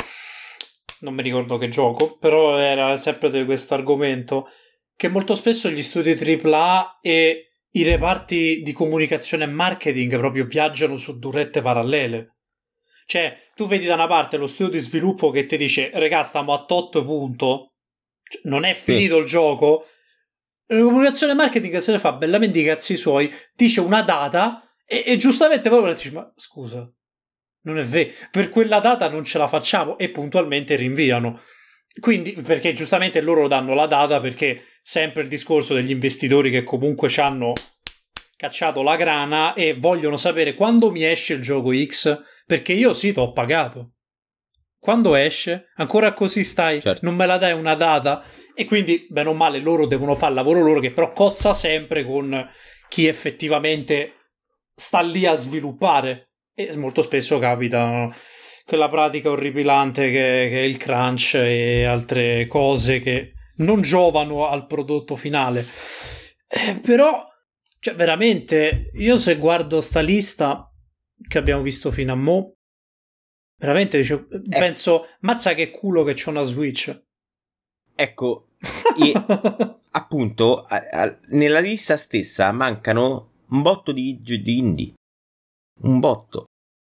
non mi ricordo che gioco, però era sempre di questo argomento, che molto spesso gli studi tripla A e i reparti di comunicazione e marketing proprio viaggiano su durette parallele. Cioè, tu vedi da una parte lo studio di sviluppo che ti dice regà, stiamo a tot punto, cioè, non è finito sì. il gioco. La comunicazione e marketing se ne fa bellamente i cazzi suoi, dice una data e, e giustamente poi dice ma scusa, non è vero, per quella data non ce la facciamo, e puntualmente rinviano. Quindi, perché giustamente loro danno la data, perché sempre il discorso degli investitori che comunque ci hanno cacciato la grana e vogliono sapere quando mi esce il gioco X, perché io sì t'ho pagato. Quando esce? Ancora così stai? Certo. Non me la dai una data? E quindi, bene o male, loro devono fare il lavoro loro, che però cozza sempre con chi effettivamente sta lì a sviluppare. E molto spesso capita quella pratica orripilante che, che è il crunch e altre cose che non giovano al prodotto finale. Eh, però, cioè, veramente, io se guardo sta lista che abbiamo visto fino a mo', veramente dice, eh. penso, mazza che culo che c'ho una Switch. Ecco, e appunto a, a, nella lista stessa mancano un botto di, di indie. Un botto.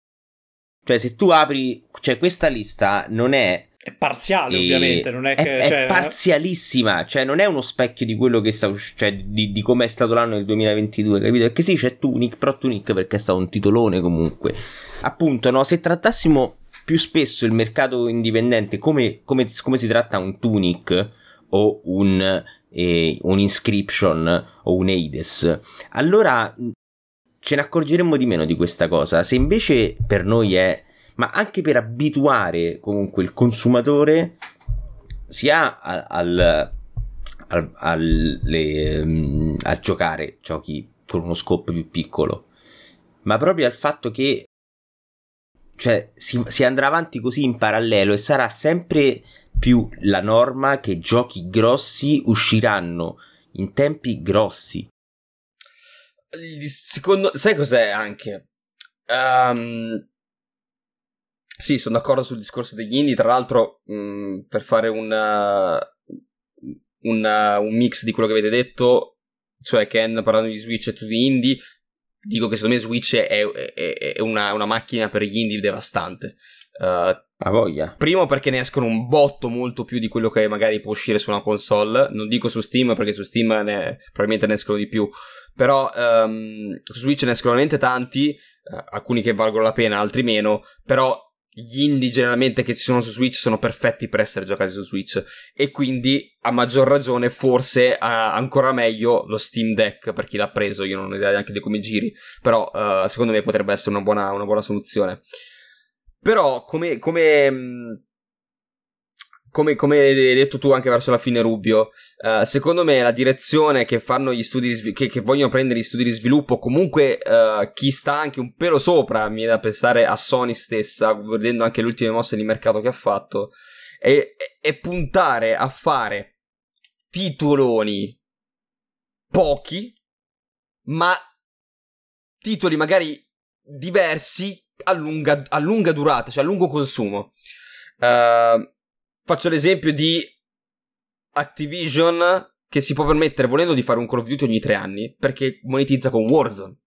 Cioè, se tu apri, cioè, questa lista non è. È parziale, e, ovviamente. Non è, è, che, è cioè, parzialissima. Cioè, non è uno specchio di quello che sta uscendo. Cioè, di, di come è stato l'anno del duemilaventidue, capito? Perché sì, c'è Tunic, però Tunic perché è stato un titolone comunque. Appunto, no? Se trattassimo più spesso il mercato indipendente come, come, come si tratta un Tunic o un, eh, un Inscription o un Hades, allora ce ne accorgeremmo di meno di questa cosa. Se invece per noi è, ma anche per abituare comunque il consumatore sia al, al, al, al le, um, a giocare giochi con uno scopo più piccolo, ma proprio al fatto che cioè si, si andrà avanti così in parallelo e sarà sempre più la norma che giochi grossi usciranno in tempi grossi. Secondo, sai cos'è anche? Um, sì, sono d'accordo sul discorso degli indie. Tra l'altro, mh, per fare un, uh, un, uh, un mix di quello che avete detto, cioè Ken parlando di Switch e tu di indie, dico che secondo me Switch è, è, è una, una macchina per gli indie devastante. Uh, A voglia. Primo perché ne escono un botto molto più di quello che magari può uscire su una console. Non dico su Steam, perché su Steam ne, probabilmente ne escono di più. Però um, su Switch ne escono veramente tanti, uh, alcuni che valgono la pena, altri meno. Però gli indie generalmente che ci sono su Switch sono perfetti per essere giocati su Switch, e quindi a maggior ragione forse uh, ancora meglio lo Steam Deck per chi l'ha preso. Io non ho idea neanche di come giri, però uh, secondo me potrebbe essere una buona, una buona soluzione. Però come, come, come, come hai detto tu anche verso la fine, Rubio, uh, secondo me la direzione che fanno gli studi di sviluppo, che, che vogliono prendere gli studi di sviluppo, comunque uh, chi sta anche un pelo sopra, mi viene da pensare a Sony stessa, vedendo anche le ultime mosse di mercato che ha fatto, è, è puntare a fare titoloni pochi, ma titoli magari diversi, a lunga, a lunga durata, cioè a lungo consumo. Uh, faccio l'esempio di Activision, che si può permettere, volendo, di fare un Call of Duty ogni tre anni, perché monetizza con Warzone.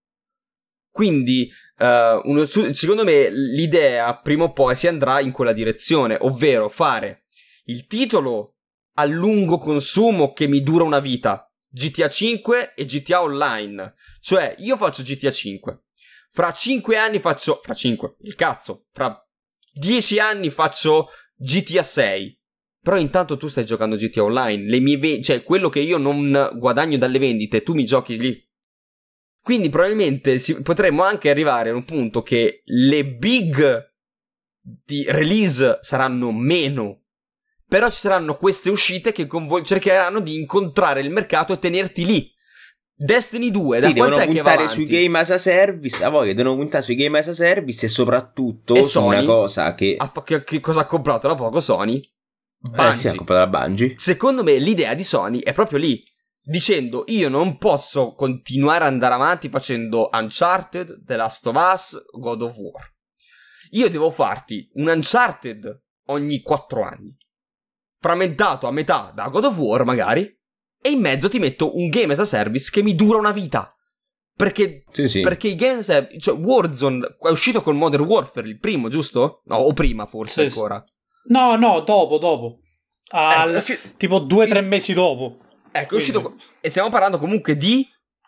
Quindi, uh, uno, secondo me, l'idea prima o poi si andrà in quella direzione, ovvero fare il titolo a lungo consumo che mi dura una vita, G T A cinque e G T A Online. Cioè, io faccio G T A cinque, fra cinque anni faccio... Fra cinque, il cazzo, fra dieci anni faccio G T A sei. Però intanto tu stai giocando G T A Online, le mie ve- cioè quello che io non guadagno dalle vendite, tu mi giochi lì. Quindi probabilmente si- potremmo anche arrivare a un punto che le big di release saranno meno, però ci saranno queste uscite che convol- cercheranno di incontrare il mercato e tenerti lì. Destiny due, da sì, quant'è devono che va puntare avanti? sui game as a service, a voi devono puntare sui game as a service e soprattutto E su Sony? una cosa che... Ah, che, che cosa ha comprato da poco Sony? Eh sì, ha comprato la Bungie. Secondo me l'idea di Sony è proprio lì, dicendo io non posso continuare ad andare avanti facendo Uncharted, The Last of Us, God of War. Io devo farti un Uncharted ogni quattro anni, frammentato a metà da God of War magari, e in mezzo ti metto un game as a service che mi dura una vita. Perché, sì, sì. perché i game as a service, cioè Warzone è uscito con Modern Warfare, il primo, giusto? No, o prima forse sì, ancora. No, no, dopo, dopo. Al, Ecco, usci- tipo due o tre mesi dopo. Ecco, è uscito... E stiamo parlando comunque di...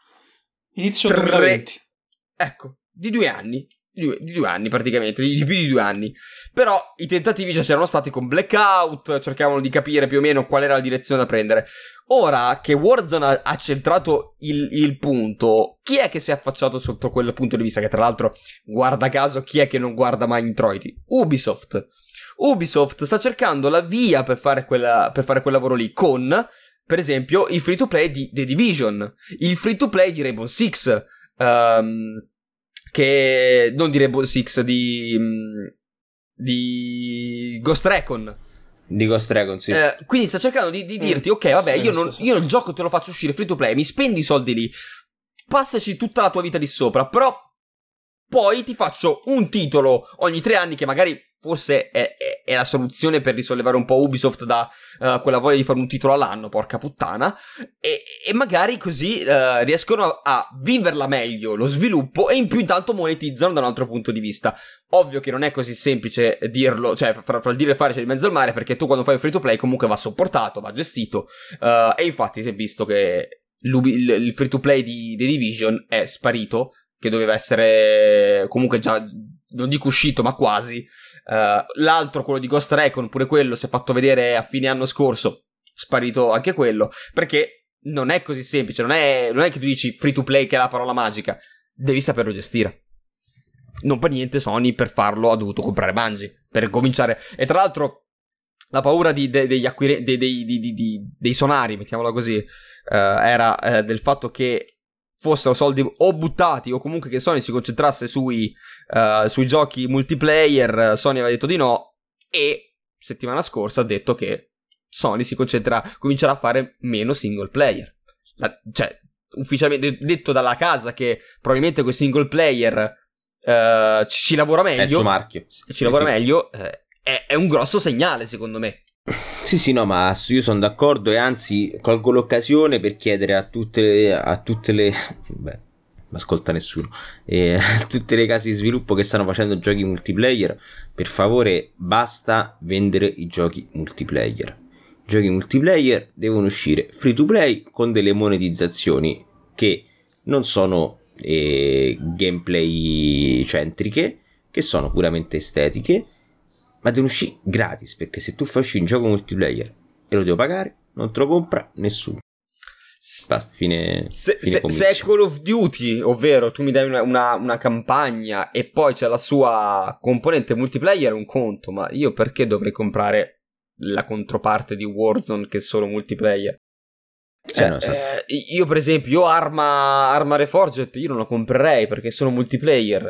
Inizio tre... duemilaventi. Ecco, di due anni. Di due, di due anni praticamente, di, di più di due anni. Però i tentativi già c'erano stati con Blackout, cercavano di capire più o meno qual era la direzione da prendere. Ora che Warzone ha, ha centrato il, il punto, chi è che si è affacciato sotto quel punto di vista? Che tra l'altro, guarda caso, chi è che non guarda mai introiti? Ubisoft. Ubisoft sta cercando la via per fare, quella, per fare quel lavoro lì con, per esempio, il free to play di The Division, il free to play di Rainbow Six, um, che non di Rainbow Six, di, di Ghost Recon. Di Ghost Recon, sì. Eh, quindi sta cercando di, di dirti, mm. ok, vabbè, sì, io, non, sì, sì. io il gioco te lo faccio uscire free to play, mi spendi i soldi lì, passaci tutta la tua vita lì sopra, però poi ti faccio un titolo ogni tre anni che magari... Forse è, è, è la soluzione per risollevare un po' Ubisoft da uh, quella voglia di fare un titolo all'anno, porca puttana, e, e magari così uh, riescono a, a viverla meglio lo sviluppo e in più intanto monetizzano da un altro punto di vista. Ovvio che non è così semplice dirlo, cioè fra, fra il dire e fare c'è di mezzo al mare, perché tu quando fai un free to play comunque va sopportato, va gestito, uh, e infatti si è visto che il, il free to play di The Division è sparito, che doveva essere comunque già, non dico uscito ma quasi. Uh, l'altro, quello di Ghost Recon, pure quello si è fatto vedere a fine anno scorso, sparito anche quello, perché non è così semplice, non è, non è che tu dici free to play che è la parola magica, devi saperlo gestire. Non per niente Sony per farlo ha dovuto comprare Bungie, per cominciare, e tra l'altro la paura di, de, degli acquire, de, de, de, de, de, dei sonari, mettiamola così, uh, era uh, del fatto che fossero soldi o buttati o comunque che Sony si concentrasse sui, uh, sui giochi multiplayer. Sony aveva detto di no e settimana scorsa ha detto che Sony si concentrerà, comincerà a fare meno single player. La, cioè, ufficialmente detto dalla casa che probabilmente quei single player uh, ci, ci lavora meglio. È il suo marchio. Ci sì, lavora sì. meglio, eh, è, è un grosso segnale secondo me. Sì, sì, no, ma io sono d'accordo e anzi colgo l'occasione per chiedere a tutte le, a tutte le, beh, non ascolta nessuno, e a tutte le case di sviluppo che stanno facendo giochi multiplayer, per favore basta vendere i giochi multiplayer. I giochi multiplayer devono uscire free to play con delle monetizzazioni che non sono eh, gameplay centriche, che sono puramente estetiche, ma devono uscire gratis, perché se tu fai uscire un gioco multiplayer e lo devo pagare, non te lo compra nessuno. Basta, fine, se, fine se, se è Call of Duty, ovvero tu mi dai una, una, una campagna e poi c'è la sua componente multiplayer, è un conto, ma io perché dovrei comprare la controparte di Warzone che è solo multiplayer? Cioè, eh, no, so. eh, io per esempio, io Arma, Arma Reforged, io non la comprerei perché sono multiplayer,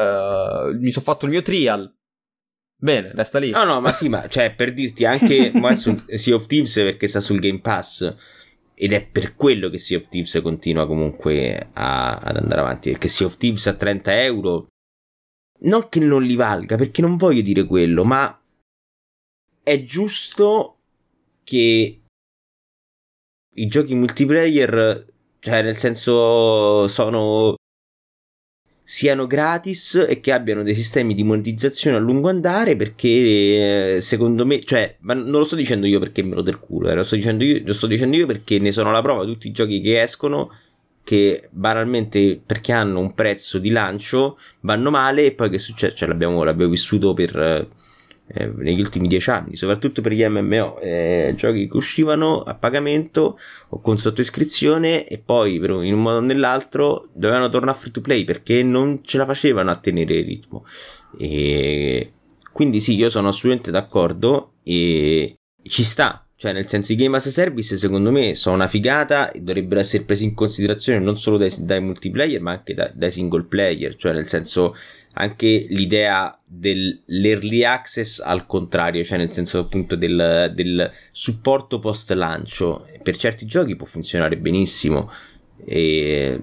eh, mi sono fatto il mio trial. Bene, resta lì. No, no, ma sì, ma cioè per dirti anche su Sea of Thieves perché sta sul Game Pass ed è per quello che Sea of Thieves continua comunque a, ad andare avanti, perché Sea of Thieves a trenta euro non che non li valga, perché non voglio dire quello, ma è giusto che i giochi multiplayer, cioè nel senso, sono siano gratis e che abbiano dei sistemi di monetizzazione a lungo andare, perché secondo me, cioè, ma non lo sto dicendo io perché me lo del culo, eh, lo sto dicendo io, lo sto dicendo io perché ne sono la prova tutti i giochi che escono, che banalmente perché hanno un prezzo di lancio vanno male, e poi che succede? Cioè l'abbiamo, l'abbiamo vissuto per eh, negli ultimi dieci anni, soprattutto per gli M M O, eh, giochi che uscivano a pagamento o con sottoiscrizione e poi però in un modo o nell'altro dovevano tornare free to play perché non ce la facevano a tenere il ritmo. E quindi sì, io sono assolutamente d'accordo e ci sta. Cioè, nel senso, i game as a service secondo me sono una figata e dovrebbero essere presi in considerazione non solo dai, dai multiplayer, ma anche da, dai single player. Cioè, nel senso, anche l'idea dell'early access al contrario, cioè nel senso appunto del, del supporto post lancio per certi giochi può funzionare benissimo. E...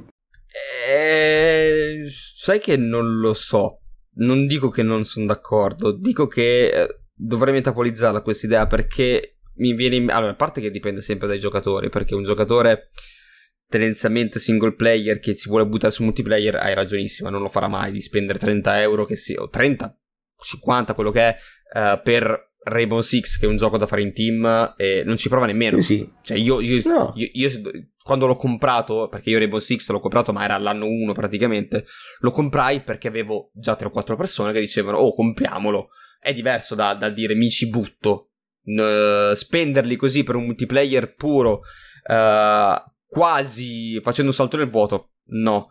Eh, sai che non lo so. Non dico che non sono d'accordo, dico che eh, dovrei metabolizzarla questa idea, perché mi viene in... allora, a parte che dipende sempre dai giocatori, perché un giocatore tendenzialmente single player che si vuole buttare su multiplayer, hai ragionissima, non lo farà mai di spendere trenta euro che sia, o trenta, cinquanta, quello che è, uh, per Rainbow Six, che è un gioco da fare in team, e non ci prova nemmeno. Sì, sì. Cioè io, io, no. io, io quando l'ho comprato, perché io Rainbow Six l'ho comprato ma era all'anno uno praticamente, lo comprai perché avevo già tre o quattro persone che dicevano oh compriamolo. È diverso da, dal dire mi ci butto. Uh, spenderli così per un multiplayer puro, uh, quasi facendo un salto nel vuoto, no.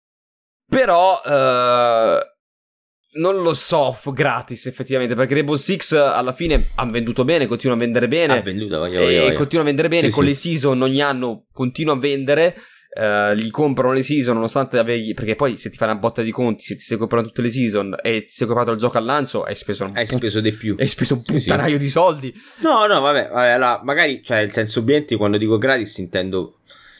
Però uh, non lo so, gratis effettivamente, perché Rainbow Six alla fine ha venduto bene, continua a vendere bene, ha venduto, voglio, e voglio, voglio. continua a vendere bene, sì, con sì. le season ogni anno continua a vendere. Uh, gli comprano le season nonostante avevi, perché poi se ti fai una botta di conti, se ti sei comprato tutte le season e ti sei comprato il gioco al lancio, hai speso un hai put- speso di più, hai speso un sì, puttanaio sì. di soldi. No no vabbè, vabbè allora, magari cioè il senso obiettivo quando dico gratis intendo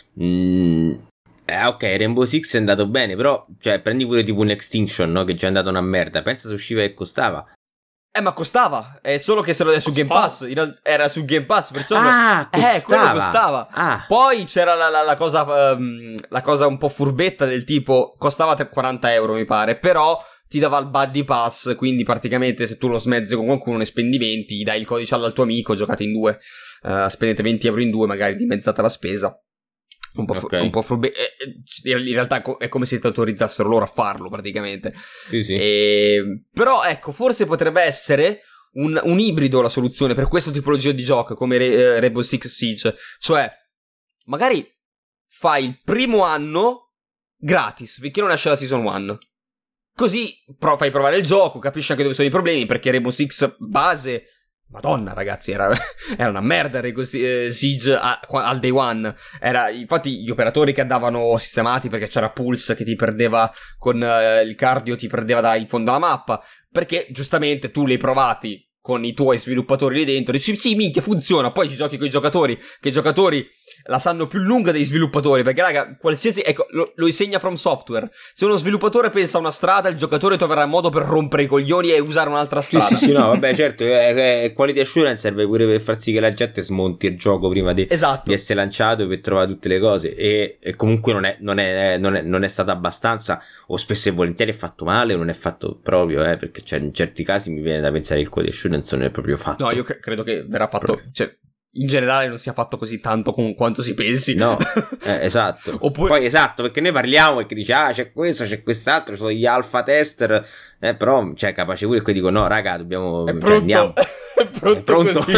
mm, eh, ok, Rainbow Six è andato bene, però cioè prendi pure tipo un Extinction, no, che già è andato una merda, pensa se usciva e costava. Eh, ma costava, è solo che se lo dai su Game Costava. Pass, in realtà era su Game Pass, perciò Ah, non... eh, quello costava. costava. Ah. Poi c'era la, la, la cosa um, la cosa un po' furbetta del tipo costava quaranta euro mi pare, però ti dava il buddy pass, quindi praticamente se tu lo smezzi con qualcuno ne spendi venti, dai il codice al tuo amico, giocate in due, uh, spendete venti euro in due, magari dimezzata la spesa. Un po', okay. un po' frube- in realtà è come se ti autorizzassero loro a farlo praticamente. Sì, sì. E... però ecco, forse potrebbe essere un, un ibrido la soluzione per questa tipologia di gioco come Re- Rainbow Six Siege. Cioè magari fai il primo anno gratis finché non esce la season uno, così pro- fai provare il gioco, capisci anche dove sono i problemi, perché Rainbow Six base, madonna ragazzi, era, era una merda Rainbow Siege a, al day one. Era, infatti gli operatori che andavano sistemati, perché c'era Pulse che ti perdeva con uh, il cardio, ti perdeva da in fondo alla mappa, perché giustamente tu li hai provati con i tuoi sviluppatori lì dentro, dici sì minchia funziona, poi ci giochi con i giocatori, che i giocatori la sanno più lunga dei sviluppatori, perché raga, qualsiasi, ecco, lo, lo insegna From Software. Se uno sviluppatore pensa a una strada, il giocatore troverà modo per rompere i coglioni e usare un'altra strada. Sì, sì, sì, no, vabbè, certo, eh, eh, quality assurance serve pure per far sì che la gente smonti il gioco prima di, esatto. di essere lanciato, per trovare tutte le cose, e, e comunque non è, non, è, non, è, non è stato abbastanza, o spesso e volentieri è fatto male o non è fatto proprio, eh, perché cioè, in certi casi mi viene da pensare che il quality assurance non è proprio fatto. No, io cre- credo che verrà fatto, cioè, in generale non sia fatto così tanto con quanto si pensi. No, eh, esatto. Oppure... poi esatto, perché noi parliamo e che dice ah c'è questo, c'è quest'altro, sono gli alpha tester, eh, però cioè capace pure che dico no raga dobbiamo, è cioè, pronto, andiamo. è pronto, è pronto. Così.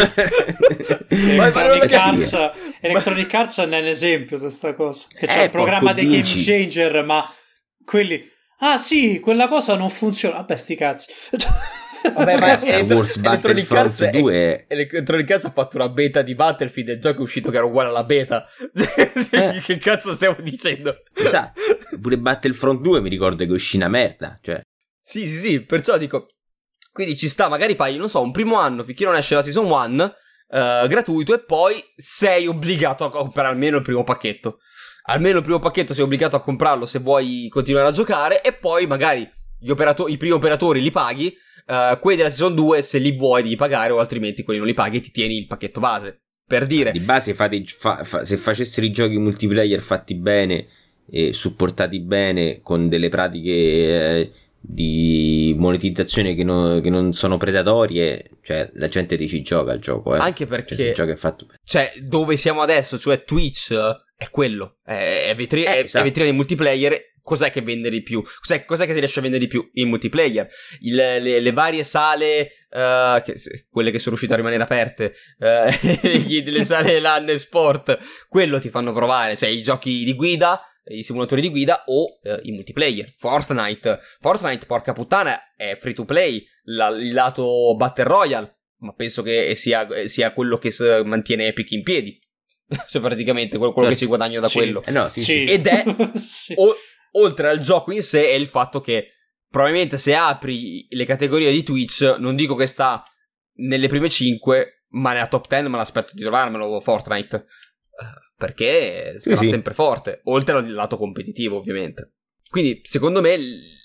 Electronic, Arts, sia. Electronic Arts è un esempio di questa cosa, che c'è Eh, il programma dei game dici. changer, ma quelli ah sì quella cosa non funziona, vabbè sti cazzi. Vabbè, ma Star Wars Battlefront due Electronic Arts ha fatto una beta di Battlefield, il gioco è uscito che era uguale alla beta. Eh. Che cazzo stiamo dicendo? Esatto. Pure Battlefront due mi ricordo che uscì una merda, cioè. Sì, sì, sì, perciò dico, quindi ci sta, magari fai, non so, un primo anno finché non esce la season uno uh, gratuito, e poi sei obbligato a comprare almeno il primo pacchetto. Almeno il primo pacchetto sei obbligato a comprarlo se vuoi continuare a giocare, e poi magari gli operatori, i primi operatori li paghi, uh, quelli della season due se li vuoi devi pagare, o altrimenti quelli non li paghi e ti tieni il pacchetto base. Per dire, di base fate, fa, fa, se facessero i giochi multiplayer fatti bene e supportati bene con delle pratiche eh, di monetizzazione che, no, che non sono predatorie, cioè la gente ti ci gioca al gioco, eh. Anche perché cioè, se il gioco è fatto bene. Cioè dove siamo adesso, cioè Twitch è quello, è, è, vetri- eh, è, esatto. è vetrina di multiplayer. Cos'è che vende di più? Cos'è, cos'è che si riesce a vendere di più? Il multiplayer. Il, le, le varie sale, uh, che, quelle che sono riuscite a rimanere aperte, uh, le sale LAN sport, quello ti fanno provare, cioè i giochi di guida, i simulatori di guida o uh, i multiplayer. Fortnite. Fortnite, porca puttana, è free to play, la, il lato Battle Royale, ma penso che sia, sia quello che mantiene Epic in piedi. Cioè praticamente quello, quello che ci guadagno da sì. quello. Eh no, sì, sì. Ed è... sì. o, oltre al gioco in sé è il fatto che probabilmente se apri le categorie di Twitch, non dico che sta nelle prime cinque, ma nella top dieci me l'aspetto di trovarmelo Fortnite, perché sarà sì, sì. sempre forte, oltre al lato competitivo ovviamente. Quindi secondo me,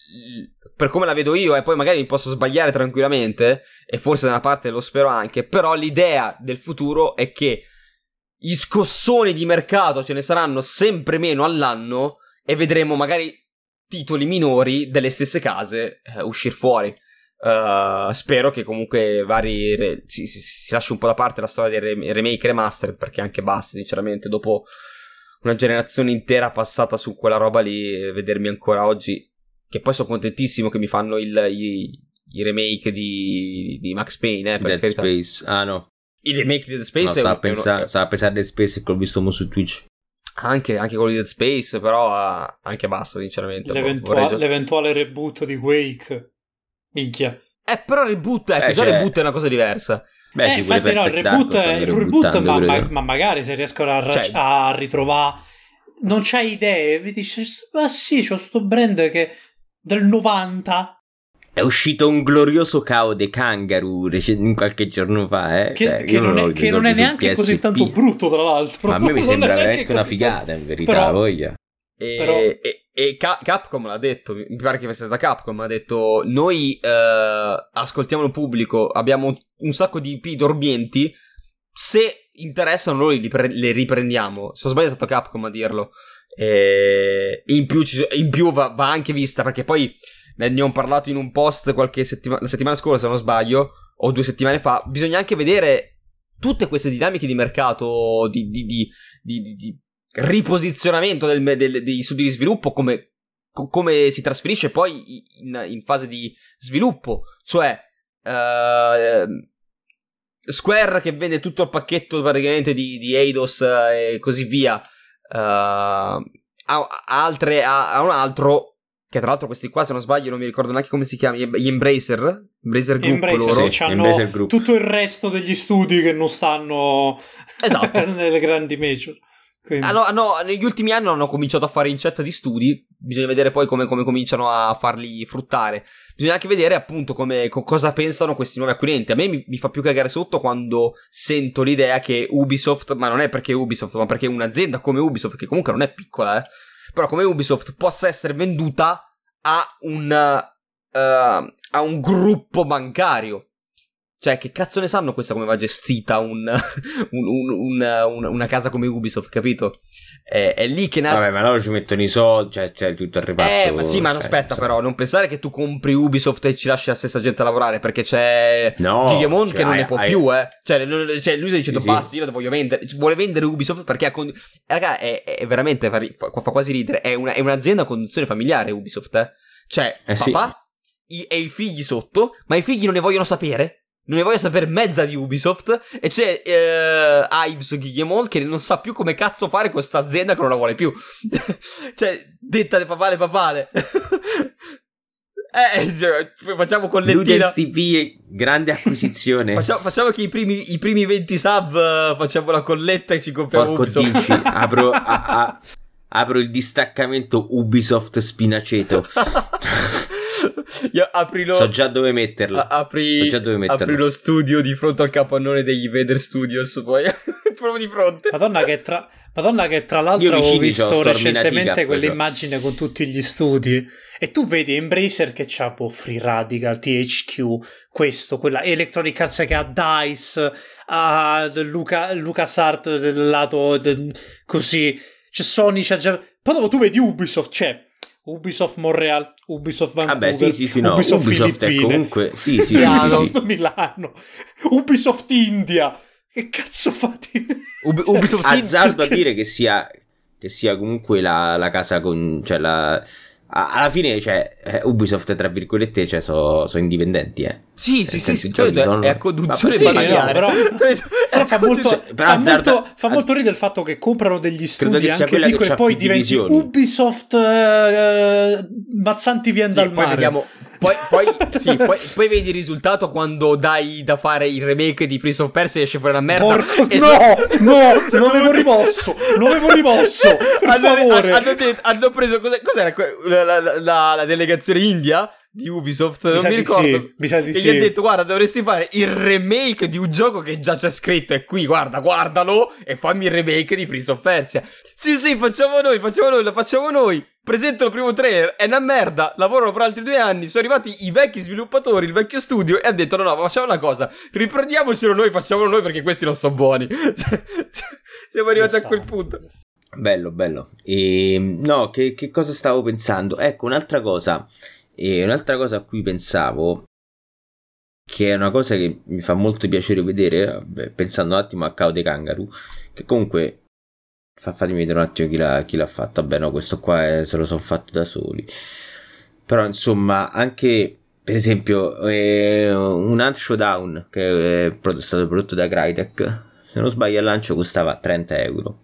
per come la vedo io, e poi magari mi posso sbagliare tranquillamente, e forse da una parte lo spero anche, però l'idea del futuro è che gli scossoni di mercato ce ne saranno sempre meno all'anno, e vedremo magari titoli minori delle stesse case eh, uscire fuori. Uh, spero che comunque vari re- si, si, si lasci un po' da parte la storia dei re- remake remastered, perché anche basta sinceramente, dopo una generazione intera passata su quella roba lì, vedermi ancora oggi, che poi sono contentissimo che mi fanno il, i, i remake di, di Max Payne, eh, per Dead carità. Space, ah no I remake di Dead Space no, stava a è uno- pensare è- stava a pensare a Dead Space che l'ho visto mo su Twitch. Anche, anche quello di Dead Space, però uh, anche basta, sinceramente. L'eventua- Vorrei gio- l'eventuale reboot di Quake. Minchia. Eh, però reboot, ecco, Eh, già cioè- reboot è una cosa diversa. Beh, eh, sì, pure infatti no, il Perfect reboot, Dark è, lo il stanno reboot ributtando ma, pure ma, loro. ma magari se riescono a, ra- Cioè- a ritrovare, non c'hai idee, vi dici, ma sì, c'ho sto brand che del novanta È uscito un glorioso K O The Kangaroo rec- qualche giorno fa, eh. che, Cioè, che io non, me lo è, che non è ricordo su neanche così P S P. tanto brutto, tra l'altro. Ma a me mi Non sembra è neanche veramente una così figata, tanto. in verità, Però- voglia. E, Però- e, e Ca- Capcom l'ha detto, mi pare che sia stata Capcom, ha detto noi eh, ascoltiamo il pubblico, abbiamo un, un sacco di I P dormienti, se interessano noi li pre- le riprendiamo. Se non sbaglio è stato Capcom a dirlo. E in più, ci- in più va, va anche vista, perché poi ne ho parlato in un post qualche settimana, la settimana scorsa se non sbaglio, o due settimane fa. Bisogna anche vedere tutte queste dinamiche di mercato, di, di, di, di, di, di riposizionamento del, del, dei studi di sviluppo, come, co- come si trasferisce poi in, in fase di sviluppo. Cioè uh, Square che vende tutto il pacchetto praticamente di, di Eidos e così via, uh, a, a altre a, a un altro, che tra l'altro questi qua se non sbaglio non mi ricordo neanche come si chiama, gli Embracer Embracer Group, Embracer, loro sì, Sì, c'hanno Embracer Group. tutto il resto degli studi che non stanno Esatto. nelle grandi major. Quindi- Ah, no, no, negli ultimi anni hanno cominciato a fare incetta di studi. Bisogna vedere poi come, come cominciano a farli fruttare. Bisogna anche vedere appunto come, co- cosa pensano questi nuovi acquirenti. A me mi, mi fa più cagare sotto quando sento l'idea che Ubisoft, ma non è perché Ubisoft, ma perché un'azienda come Ubisoft, che comunque non è piccola, eh, però come Ubisoft possa essere venduta a un, uh, a un gruppo bancario. Cioè, che cazzo ne sanno questa come va gestita un, un, un, un, un, una casa come Ubisoft, capito? È, è lì che... Na- Vabbè, ma loro ci mettono i soldi, cioè, cioè tutto il reparto. eh, ma sì, ma cioè, aspetta insomma. però, non pensare che tu compri Ubisoft e ci lasci la stessa gente a lavorare, perché c'è No, Guillemot cioè, che non hai- ne può hai- più, eh. Cioè, non- cioè, lui sta dicendo, Sì, sì. basta, io la voglio vendere. Vuole vendere Ubisoft perché ha... Con- eh, raga, è, è veramente, fa, fa, fa quasi ridere, è, una, è un'azienda a conduzione familiare Ubisoft, eh. Cioè, Eh, sì. papà i, e i figli sotto, ma i figli non ne vogliono sapere. Non ne voglio sapere mezza di Ubisoft. E c'è eh, Ives Guillemot che non sa più come cazzo fare questa azienda che non la vuole più. Cioè, detta le papale papale. eh, cioè, facciamo collettina. Ludens T V, grande acquisizione. Facciamo, facciamo che i primi, i primi venti sub uh, facciamo la colletta e ci compriamo Porco Ubisoft. dici, apro, a, a, apro il distaccamento Ubisoft Spinaceto. Io apri lo, So già dove metterlo. a- apri, So già dove metterlo. apri lo studio di fronte al capannone degli Vader Studios, poi proprio di fronte. Madonna che, tra- Madonna, che tra l'altro Io avevo vicini c'ho visto Storminatica, recentemente poi quell'immagine con tutti gli studi e tu vedi Embracer che c'ha boh, Free Radical, T H Q, questo, quella Electronic Arts che ha DICE, ha Luca, LucasArts del lato del, così, c'è Sony, c'è già... Poi dopo tu vedi Ubisoft, c'è Ubisoft Montreal, Ubisoft Vancouver, Vabbè, sì, sì, sì, no. Ubisoft, Ubisoft Filippine, è comunque sì, sì, sì, sì, Ubisoft sì. Milano, Ubisoft India. Che cazzo fate? Ub- Ubisoft Azzardo a dire che sia che sia comunque la, la casa con, cioè la a, alla fine, cioè eh, Ubisoft tra virgolette, cioè sono so indipendenti, eh. Sì, sì, Nel sì, senso, sì, i giochi cioè, sono- è a conduzione Sì, familiare. no, però- Però fa molto, Cioè, però fa, azzarda- molto, fa molto ridere il fatto che comprano degli studi che sia anche quella che piccoli e c'ha poi più diventi divisioni. Ubisoft eh, Mazzanti vien Sì, dal poi mare. vediamo. Poi, poi, sì, poi, poi vedi il risultato quando dai da fare il remake di Prince of Persia e esce fuori una merda. Porco e no, so- no, lo avevo rimosso, lo avevo rimosso, per hanno, favore. hanno, detto- hanno preso cos'è- cos'era que- la, la, la, la delegazione india di Ubisoft, Mi non sa mi di ricordo, sì, mi sa di e sì. gli ha detto guarda dovresti fare il remake di un gioco che già c'è scritto, è qui, guarda, guardalo e fammi il remake di Prince of Persia. Sì sì, facciamo noi, facciamo noi, lo facciamo noi. Presento il primo trailer, è una merda, lavorano per altri due anni, sono arrivati i vecchi sviluppatori, il vecchio studio e hanno detto no no, facciamo una cosa, riprendiamocelo noi, facciamolo noi perché questi non sono buoni. Siamo arrivati a quel punto. Bello, bello. E no, che, che cosa stavo pensando? Ecco, un'altra cosa. E un'altra cosa a cui pensavo, che è una cosa che mi fa molto piacere vedere, beh, pensando un attimo a Kao de Kangaroo, che comunque fa, fatemi vedere un attimo chi l'ha, chi l'ha fatto. Vabbè, no, questo qua è, se lo sono fatto da soli. Però insomma, anche per esempio eh, un Hunt Showdown che è pro- stato prodotto da Crytek, se non sbaglio al lancio costava trenta euro.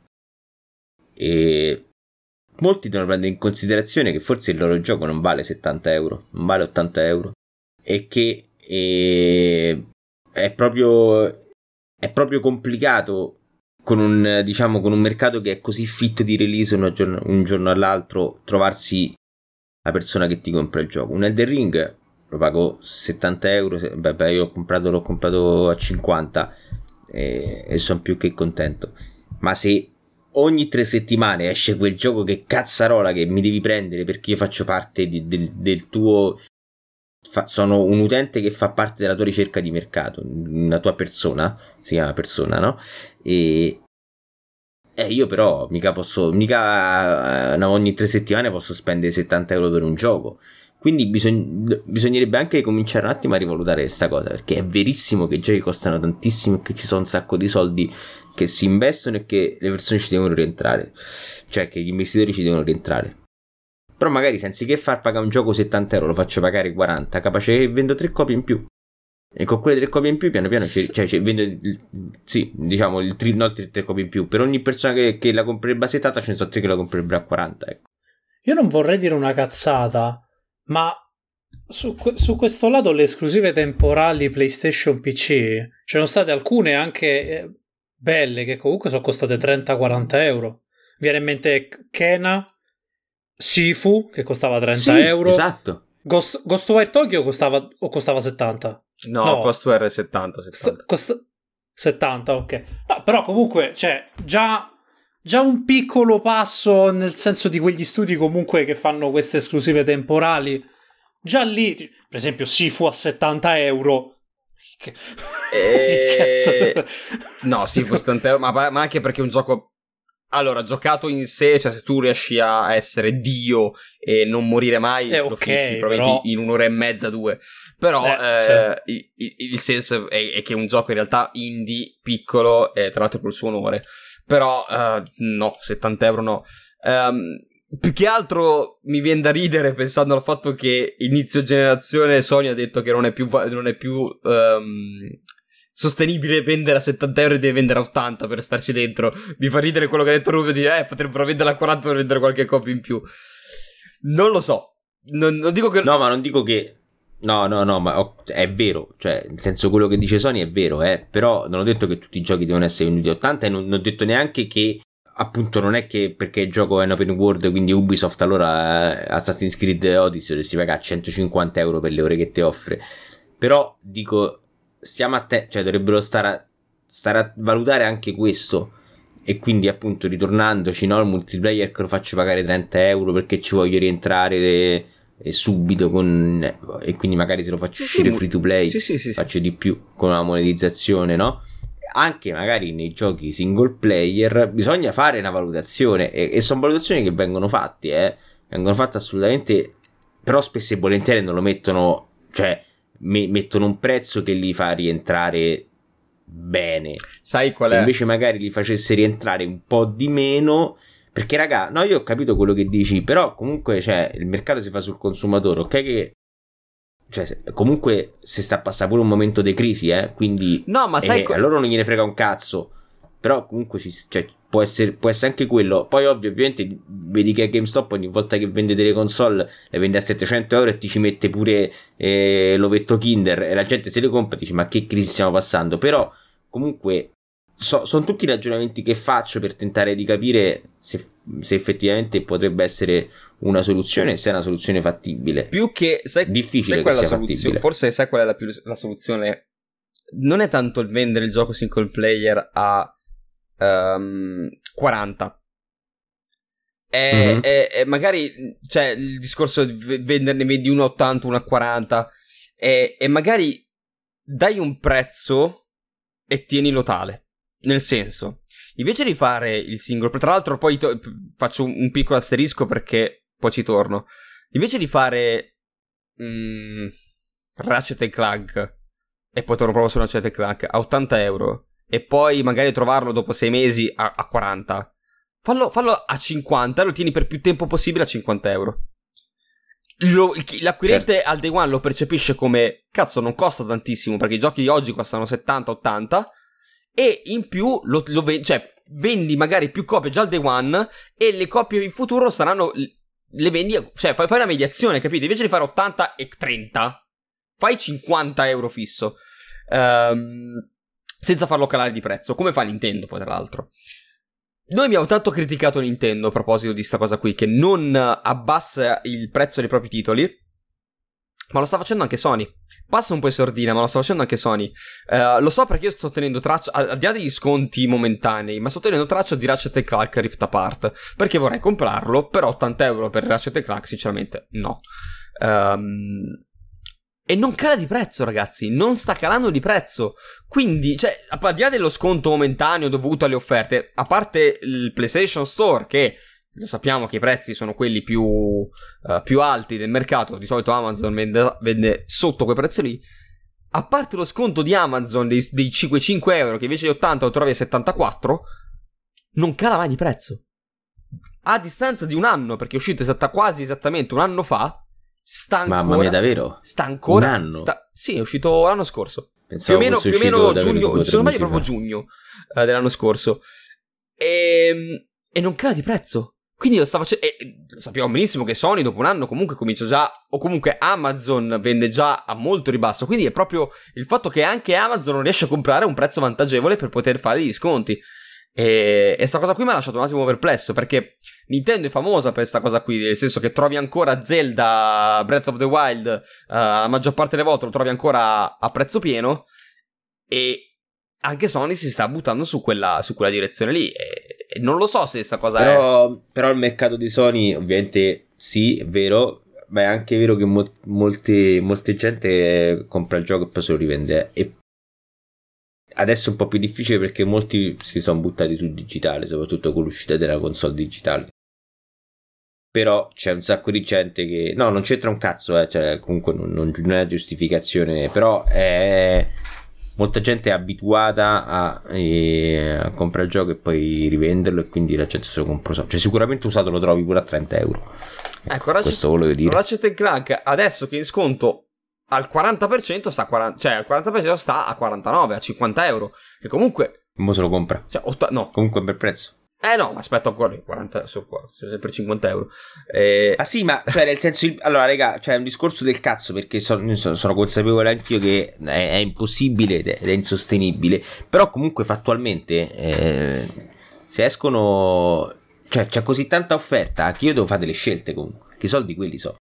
E molti devono prendere in considerazione che forse il loro gioco non vale settanta euro, non vale ottanta euro, e che eh, è proprio è proprio complicato con un, diciamo, con un mercato che è così fitto di release un giorno, un giorno all'altro, trovarsi la persona che ti compra il gioco. Un Elden Ring lo pago settanta euro, se, beh, beh, io ho comprato, l'ho comprato a cinquanta e, e sono più che contento. Ma se ogni tre settimane esce quel gioco, che cazzarola che mi devi prendere perché io faccio parte di, del, del tuo fa, sono un utente che fa parte della tua ricerca di mercato, una tua persona, si chiama persona, no? E eh, io però mica posso, mica eh, ogni tre settimane posso spendere settanta euro per un gioco. Quindi bisog- bisognerebbe anche cominciare un attimo a rivalutare questa cosa, perché è verissimo che i giochi costano tantissimo e che ci sono un sacco di soldi che si investono e che le persone ci devono rientrare, cioè che gli investitori ci devono rientrare. Però magari se anziché far pagare un gioco settanta euro lo faccio pagare quaranta, capace che vendo tre copie in più, e con quelle tre copie in più piano piano ci, cioè, ci vendo il, sì, diciamo il tri, no, tre, tre copie in più per ogni persona che, che la comprerebbe a settanta, ce ne sono tre che la comprerebbero a quaranta, ecco. Io non vorrei dire una cazzata, ma su, su questo lato le esclusive temporali PlayStation P C ci sono state alcune anche eh, belle, che comunque sono costate trenta quaranta euro. Mi viene in mente Kena, Sifu che costava trenta Sì, euro, esatto. Ghost, Ghostwire Tokyo costava o costava settanta? No, No. Ghostwire settanta, settanta. Costa, settanta, ok. No, però comunque, cioè, già, già un piccolo passo nel senso di quegli studi comunque che fanno queste esclusive temporali. Già lì, per esempio, Sifu a settanta euro. Che, E... che cazzo? No, sì, fu settanta euro, ma, ma anche perché è un gioco... Allora, giocato in sé, cioè se tu riesci a essere Dio e non morire mai, eh, lo okay, finisci probabilmente però... in un'ora e mezza, due. Però eh, eh, certo. il, il senso è, è che è un gioco in realtà indie, piccolo, e tra l'altro col suo onore. Però uh, no, settanta euro no. Um, più che altro mi viene da ridere pensando al fatto che inizio generazione Sony ha detto che non è più, non è più um, sostenibile vendere a settanta euro e deve vendere a ottanta per starci dentro. Mi fa ridere quello che ha detto Rubio di eh potrebbero venderla a quaranta per vendere qualche copia in più. Non lo so. Non, non dico che... No, ma non dico che... No, no, no, ma è vero, cioè, nel senso quello che dice Sony è vero, eh, però non ho detto che tutti i giochi devono essere venduti a ottanta e non, non ho detto neanche che, appunto, non è che perché il gioco è un open world, quindi Ubisoft allora eh, Assassin's Creed Odyssey dovresti pagare centocinquanta euro per le ore che ti offre. Però, dico, stiamo attenti, cioè dovrebbero stare a, stare a valutare anche questo, e quindi appunto ritornandoci, no, il multiplayer che lo faccio pagare trenta euro perché ci voglio rientrare e, e subito con, e quindi magari se lo faccio uscire free to play sì, sì, sì, faccio sì. di più con la monetizzazione, no? Anche magari nei giochi single player bisogna fare una valutazione e, e sono valutazioni che vengono fatte, eh vengono fatte assolutamente, però spesso e volentieri non lo mettono, cioè me, mettono un prezzo che li fa rientrare bene. Sai qual Se è? invece magari li facesse rientrare un po' di meno, perché raga, no, io ho capito quello che dici, però comunque cioè il mercato si fa sul consumatore, ok, che cioè se, comunque si sta passando pure un momento di crisi, eh, quindi No, ma sai eh, co- a loro non gliene frega un cazzo, però comunque ci, cioè, può essere può essere anche quello. Poi ovvio, ovviamente vedi che GameStop ogni volta che vende delle console le vende a settecento euro e ti ci mette pure eh, l'ovetto Kinder e la gente se le compra e dici ma che crisi stiamo passando. Però comunque so, sono tutti i ragionamenti che faccio per tentare di capire se, se effettivamente potrebbe essere una soluzione, se è una soluzione fattibile. Più che sai, difficile sai qual è che la sia soluzione? fattibile. Forse sai qual è la, più, la soluzione? Non è tanto il vendere il gioco single player a um, quaranta. È, Mm-hmm. è, è magari cioè il discorso di v- venderne vendi uno a ottanta, uno a quaranta e, e magari dai un prezzo e tienilo tale. Nel senso, invece di fare il single player, tra l'altro poi to- faccio un, un piccolo asterisco perché poi ci torno. Invece di fare mm, Ratchet and Clank e poi torno proprio su Ratchet and Clank a ottanta euro e poi magari trovarlo dopo sei mesi a, a quaranta, fallo, fallo a cinquanta e lo tieni per più tempo possibile a cinquanta euro. Lo, l'acquirente certo. Al day one lo percepisce come cazzo non costa tantissimo perché i giochi di oggi costano settanta ottanta e in più lo, lo vendi, cioè vendi magari più copie già al day one e le copie in futuro saranno, le vendi, cioè fai, fai una mediazione, capito? Invece di fare ottanta e trenta fai cinquanta euro fisso, um, senza farlo calare di prezzo, come fa Nintendo poi tra l'altro. Noi abbiamo tanto criticato Nintendo a proposito di sta cosa qui, che non abbassa il prezzo dei propri titoli, ma lo sta facendo anche Sony. Passa un po' in sordina, ma lo sta facendo anche Sony. Uh, lo so perché io sto tenendo traccia, al, al di là degli sconti momentanei, ma sto tenendo traccia di Ratchet and Clank Rift Apart, perché vorrei comprarlo, però ottanta euro per Ratchet and Clank sinceramente no. Um, e non cala di prezzo, ragazzi, non sta calando di prezzo. Quindi, cioè, al di là dello sconto momentaneo dovuto alle offerte, a parte il PlayStation Store, che lo sappiamo che i prezzi sono quelli più, uh, più alti del mercato, di solito Amazon vende, vende sotto quei prezzi lì, a parte lo sconto di Amazon dei, dei cinque euro, che invece di ottanta lo trovi a settantaquattro, non cala mai di prezzo. A distanza di un anno, perché è uscito esatta, quasi esattamente un anno fa, sta ancora, mamma mia, davvero? Sta ancora un anno? Sta, sì, è uscito l'anno scorso. Pensavo più o meno, più o meno giugno, se non sbaglio proprio giugno uh, dell'anno scorso. E, e non cala di prezzo. Quindi lo sta facendo. E lo sappiamo benissimo che Sony dopo un anno comunque comincia già. O comunque Amazon vende già a molto ribasso. Quindi è proprio il fatto che anche Amazon non riesce a comprare a un prezzo vantaggevole per poter fare gli sconti. E, e sta cosa qui mi ha lasciato un attimo perplesso, perché Nintendo è famosa per questa cosa qui, nel senso che trovi ancora Zelda Breath of the Wild, uh, la maggior parte delle volte lo trovi ancora a prezzo pieno, e anche Sony si sta buttando su quella, su quella direzione lì, e, e non lo so se sta cosa però, è... Però il mercato di Sony ovviamente sì, è vero, ma è anche vero che mo- molte, molte gente compra il gioco e poi se lo rivende, e adesso è un po' più difficile perché molti si sono buttati sul digitale, soprattutto con l'uscita della console digitale. Però c'è un sacco di gente che... No, non c'entra un cazzo, eh. Cioè, comunque non, non, non è giustificazione. Però è... molta gente è abituata a, eh, a comprare il gioco e poi rivenderlo, e quindi la gente se lo compra usato. Cioè sicuramente usato lo trovi pure a trenta euro. Ecco, Ratchet, questo volevo dire. Ratchet and Clank adesso che in sconto al quaranta per cento sta a quaranta, cioè al quaranta per cento sta a quarantanove, a cinquanta euro, che comunque Mo se lo compra, cioè, otta, no comunque per prezzo. Eh no, ma aspetta ancora i quaranta, sono qua, sempre cinquanta euro. Eh... Ah sì, ma cioè nel senso, allora raga, cioè è un discorso del cazzo, perché sono, sono, sono consapevole anch'io che è, è impossibile ed è, ed è insostenibile, però comunque fattualmente eh, se escono, cioè c'è così tanta offerta che io devo fare delle scelte comunque, che i soldi quelli so.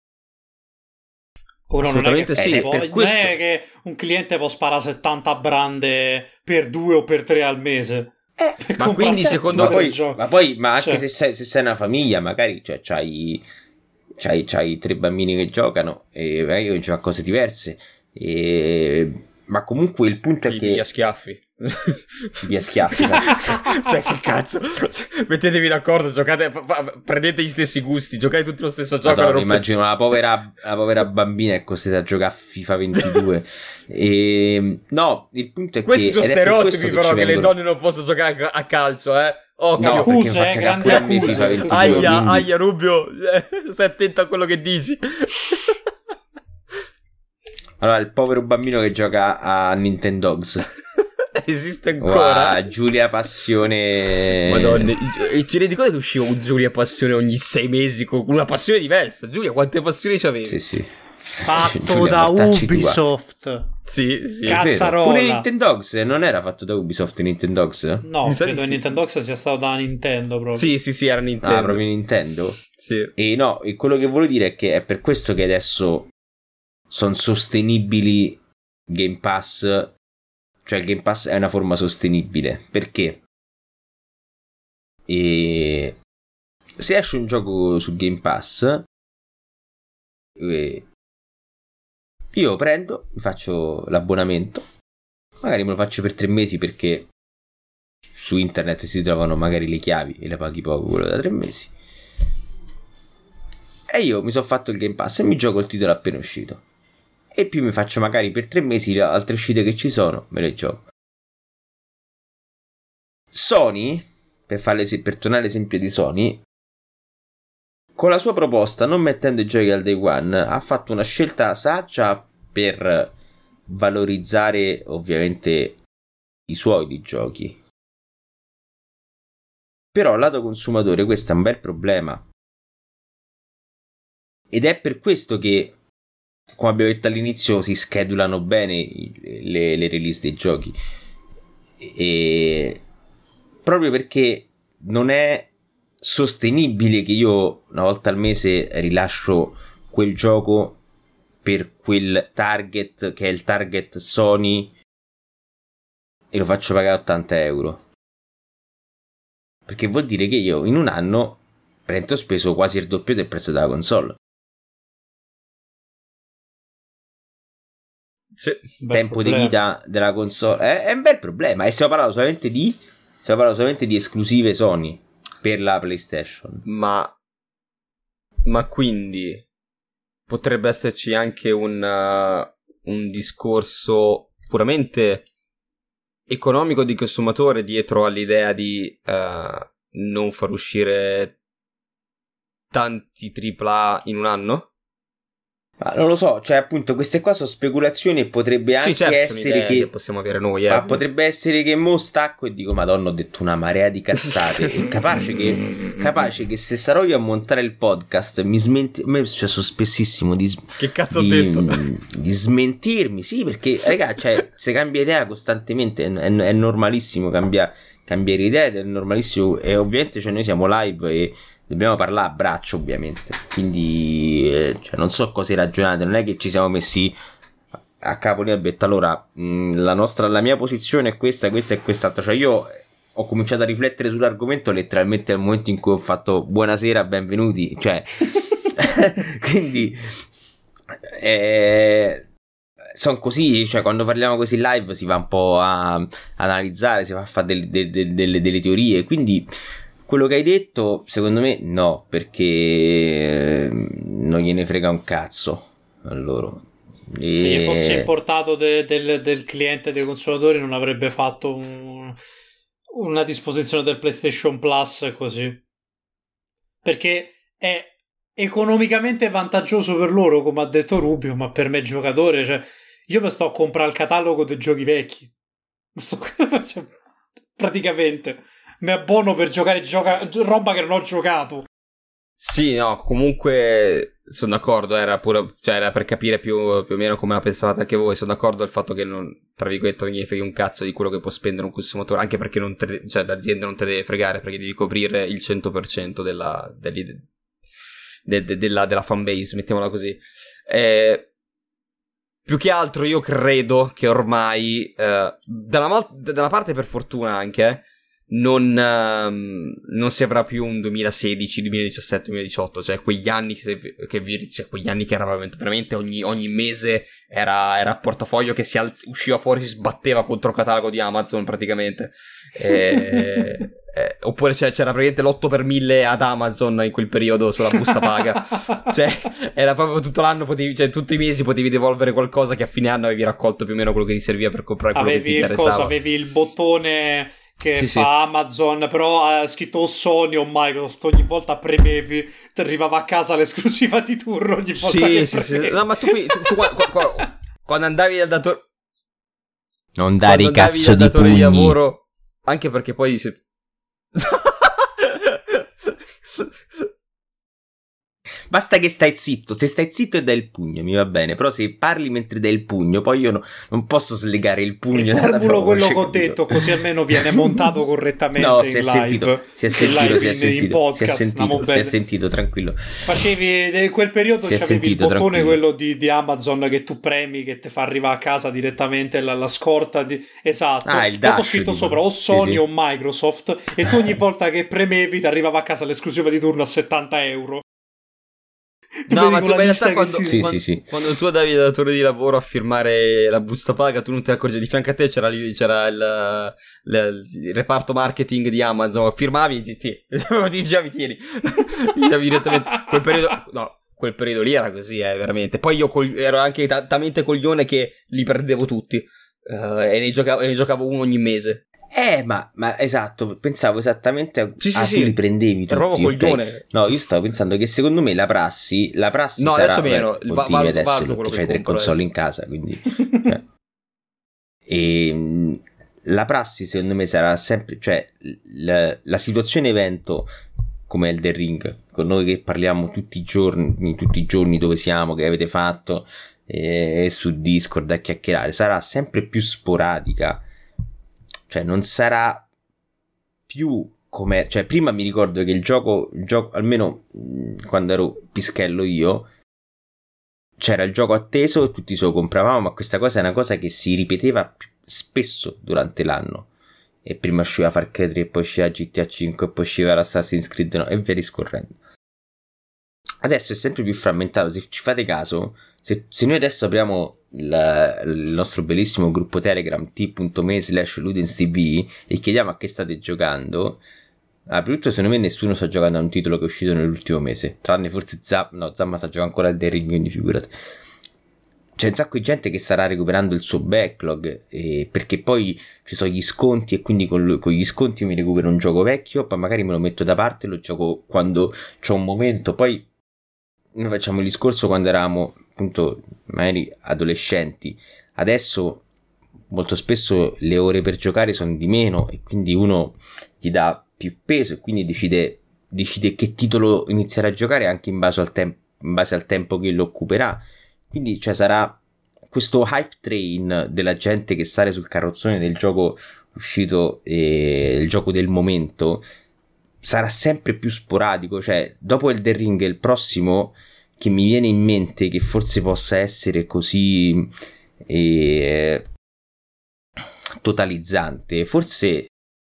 Ora assolutamente non è che, sì, eh, per non questo... è che un cliente può sparare settanta brande per due o per tre al mese. Eh, ma quindi secondo ma voi poi, ma poi ma anche cioè. se, sei, se sei una famiglia magari cioè, c'hai, c'hai, c'hai tre bambini che giocano e magari giocano a cose diverse e... ma comunque il punto è Ti che via schiaffi. ti via schiaffi esatto. Cioè che cazzo, mettetevi d'accordo, giocate, prendete gli stessi gusti, giocate tutti lo stesso gioco. Madonna, mi immagino la povera, la povera bambina è costretta a giocare a FIFA ventidue. E no, il punto è questi che sono ed è per stereotipi questo che però ci che vengono... le donne non possono giocare a calcio, eh. Oh, no, accuse, perché fa eh, cagare grandi pure a me accuse. FIFA ventidue, aia, quindi... aia Rubio, stai attento a quello che dici. Allora, il povero bambino che gioca a Nintendogs. Esiste ancora? Wow, Giulia Passione. Madonna, e ci rendi conto che usciva un Giulia Passione ogni sei mesi con una passione diversa? Giulia, quante passioni c'avevi? Sì, sì. Fatto Giulia, da mortacci Ubisoft. Sì, sì. È vero. Cazzarola. Pure Nintendogs non era fatto da Ubisoft Nintendogs? No, Mi sa credo di sì. Nintendox sia stato da Nintendo proprio. Sì, sì, sì, era Nintendo. Ah, proprio Nintendo? Sì. E no, e quello che voglio dire è che è per questo che adesso sono sostenibili Game Pass. Cioè il Game Pass è una forma sostenibile. Perché? E... se esce un gioco su Game Pass, e... io prendo, mi faccio l'abbonamento, magari me lo faccio per tre mesi perché su internet si trovano magari le chiavi e le paghi poco quello da tre mesi. E io mi sono fatto il Game Pass e mi gioco il titolo appena uscito. E più mi faccio magari per tre mesi le altre uscite che ci sono, me le gioco. Sony, per, farle, per tornare all'esempio di Sony, con la sua proposta, non mettendo i giochi al day one, ha fatto una scelta saggia per valorizzare ovviamente i suoi di giochi. Però lato consumatore questo è un bel problema. Ed è per questo che, come abbiamo detto all'inizio, si schedulano bene le, le release dei giochi. E proprio perché non è sostenibile che io una volta al mese rilascio quel gioco per quel target che è il target Sony e lo faccio pagare ottanta euro, perché vuol dire che io in un anno prendo speso quasi il doppio del prezzo della console. Sì. Tempo problema. di vita della console è, è un bel problema. E stiamo parlando solamente di stiamo parlando solamente di esclusive Sony per la PlayStation. Ma ma quindi potrebbe esserci anche un uh, un discorso puramente economico di consumatore dietro all'idea di uh, non far uscire tanti tripla A in un anno? Ma non lo so, cioè appunto queste qua sono speculazioni e potrebbe anche Sì, certo, sono essere idee che, che possiamo avere noi, eh. ma potrebbe essere che mo stacco e dico Madonna, ho detto una marea di cazzate. E capace che capace che se sarò io a montare il podcast mi smenti, a me è successo spessissimo di, Che cazzo di, ho detto? di smentirmi, sì, perché raga, cioè se cambia idea costantemente è, è, è normalissimo cambia, cambiare idea ed è normalissimo, e ovviamente cioè, noi siamo live e dobbiamo parlare a braccio, ovviamente. Quindi, eh, cioè, non so cosa ragionate. Non è che ci siamo messi a capo lì al betto. Allora, mh, la nostra, la mia posizione è questa, questa e quest'altra. Cioè, io ho cominciato a riflettere sull'argomento letteralmente al momento in cui ho fatto buonasera, benvenuti. Cioè, quindi, eh, sono così. Cioè, quando parliamo così live si va un po' a, a analizzare, si va a fare delle, delle, delle, delle teorie. Quindi, quello che hai detto, secondo me, no, perché non gliene frega un cazzo a loro. E... Se fosse importato de, del, del cliente dei consumatori non avrebbe fatto un, una disposizione del PlayStation Plus così. Perché è economicamente vantaggioso per loro, come ha detto Rubio, ma per me giocatore, cioè, io mi sto a comprare il catalogo dei giochi vecchi. Sto... praticamente. Mi abbono per giocare gioca- roba che non ho giocato. Sì, no, comunque sono d'accordo, era pure, cioè era per capire più, più o meno come la pensavate anche voi. Sono d'accordo del fatto che non, tra virgolette, non gli frega un cazzo di quello che può spendere un consumatore, anche perché non te, cioè l'azienda non te deve fregare, perché devi coprire il cento per cento della, degli, de, de, della, della fanbase, mettiamola così. Eh, più che altro io credo che ormai, eh, da, una, da una parte per fortuna anche, non, um, non si avrà più un duemilasedici, duemiladiciassette, duemiladiciotto, cioè quegli anni che, che vi, cioè quegli anni che era veramente, veramente ogni, ogni mese era, era portafoglio che si alz- usciva fuori, si sbatteva contro il catalogo di Amazon praticamente. E, eh, oppure c'era, c'era praticamente l'otto per mille ad Amazon in quel periodo sulla busta paga. Cioè era proprio tutto l'anno, potevi, cioè tutti i mesi potevi devolvere qualcosa che a fine anno avevi raccolto più o meno quello che ti serviva per comprare quello avevi che ti interessava. Cosa, avevi il bottone che sì, fa sì. Amazon, però ha scritto o Sony o Microsoft, ogni volta premevi, ti arrivava a casa l'esclusiva di turno ogni volta sì, che sì, sì. premevi. No, ma tu, tu, tu qua- qua- qua- quando andavi dal datore, non dare i cazzo di datore pugni. di lavoro, anche perché poi se... Basta che stai zitto, se stai zitto e dai il pugno mi va bene, però se parli mentre dai il pugno poi io no, non posso slegare il pugno dalla Formulo quello voce, che ho capito? detto, così almeno viene montato correttamente No, in si è live. sentito, si è In sentito, live, si è in- sentito, in si è podcast, sentito, stiamo si è bene. sentito, tranquillo. Facevi in quel periodo Si è c'avevi il sentito, bottone tranquillo. quello di, di Amazon che tu premi, che ti fa arrivare a casa direttamente la, la scorta di... esatto. Ah, il Dopo dash, scritto tipo. sopra o Sì, Sony sì. o Microsoft, e tu ogni volta che premevi ti arrivava a casa l'esclusiva di turno a settanta euro. Tu No, vedi ma con tu la in lista realtà che quando, si- Sì, quando, sì, sì. quando tu andavi dal datore di lavoro a firmare la busta paga, tu non te ne accorgevi. Di fianco a te c'era, lì, c'era il, il, il reparto marketing di Amazon. Firmavi, ti, ti, ti dicevi, tieni. Dicevi direttamente. Quel periodo, no, quel periodo lì era così, eh, veramente. Poi io col, ero anche t- talmente coglione che li perdevo tutti. Uh, e, ne giocavo, e ne giocavo uno ogni mese. Eh, ma, ma esatto, pensavo esattamente a... Sì, sì, ah, sì. tu li prendevi tutti, Ero proprio ok. coglione. No, io stavo pensando che secondo me la prassi, la prassi No, sarà... adesso meno, beh, va- continui va- ad esserlo, valuto quello perché che c'hai tre compro console adesso. in casa, quindi... cioè. E mh, la prassi secondo me sarà sempre... Cioè, la, la situazione evento come Elden Ring, con noi che parliamo tutti i giorni, tutti i giorni dove siamo, che avete fatto, e su Discord a chiacchierare, sarà sempre più sporadica. Cioè non sarà più come... Cioè prima mi ricordo che il gioco, il gioco almeno mh, quando ero pischello io, c'era il gioco atteso e tutti se lo compravamo, ma questa cosa è una cosa che si ripeteva più spesso durante l'anno. E prima usciva Far Cry tre, poi usciva G T A cinque, poi usciva l'Assassin's Creed, no, e via discorrendo. Adesso è sempre più frammentato, se ci fate caso, se, se noi adesso apriamo il, il nostro bellissimo gruppo Telegram t.me slash ludenstv e chiediamo a che state giocando, ah, per tutto secondo me nessuno sta giocando a un titolo che è uscito nell'ultimo mese, tranne forse Zamma, no Zamma sta giocando ancora al The Ring, quindi figurate. C'è un sacco di gente che starà recuperando il suo backlog, eh, perché poi ci sono gli sconti e quindi con, con gli sconti mi recupero un gioco vecchio, poi magari me lo metto da parte e lo gioco quando c'ho un momento. Poi noi facciamo il discorso quando eravamo appunto magari adolescenti, adesso molto spesso le ore per giocare sono di meno e quindi uno gli dà più peso e quindi decide, decide che titolo iniziare a giocare anche in base al, tem- in base al tempo che lo occuperà. Quindi cioè sarà questo hype train della gente che sale sul carrozzone del gioco uscito e il gioco del momento sarà sempre più sporadico. Cioè dopo Elden Ring il prossimo che mi viene in mente che forse possa essere così eh, totalizzante, forse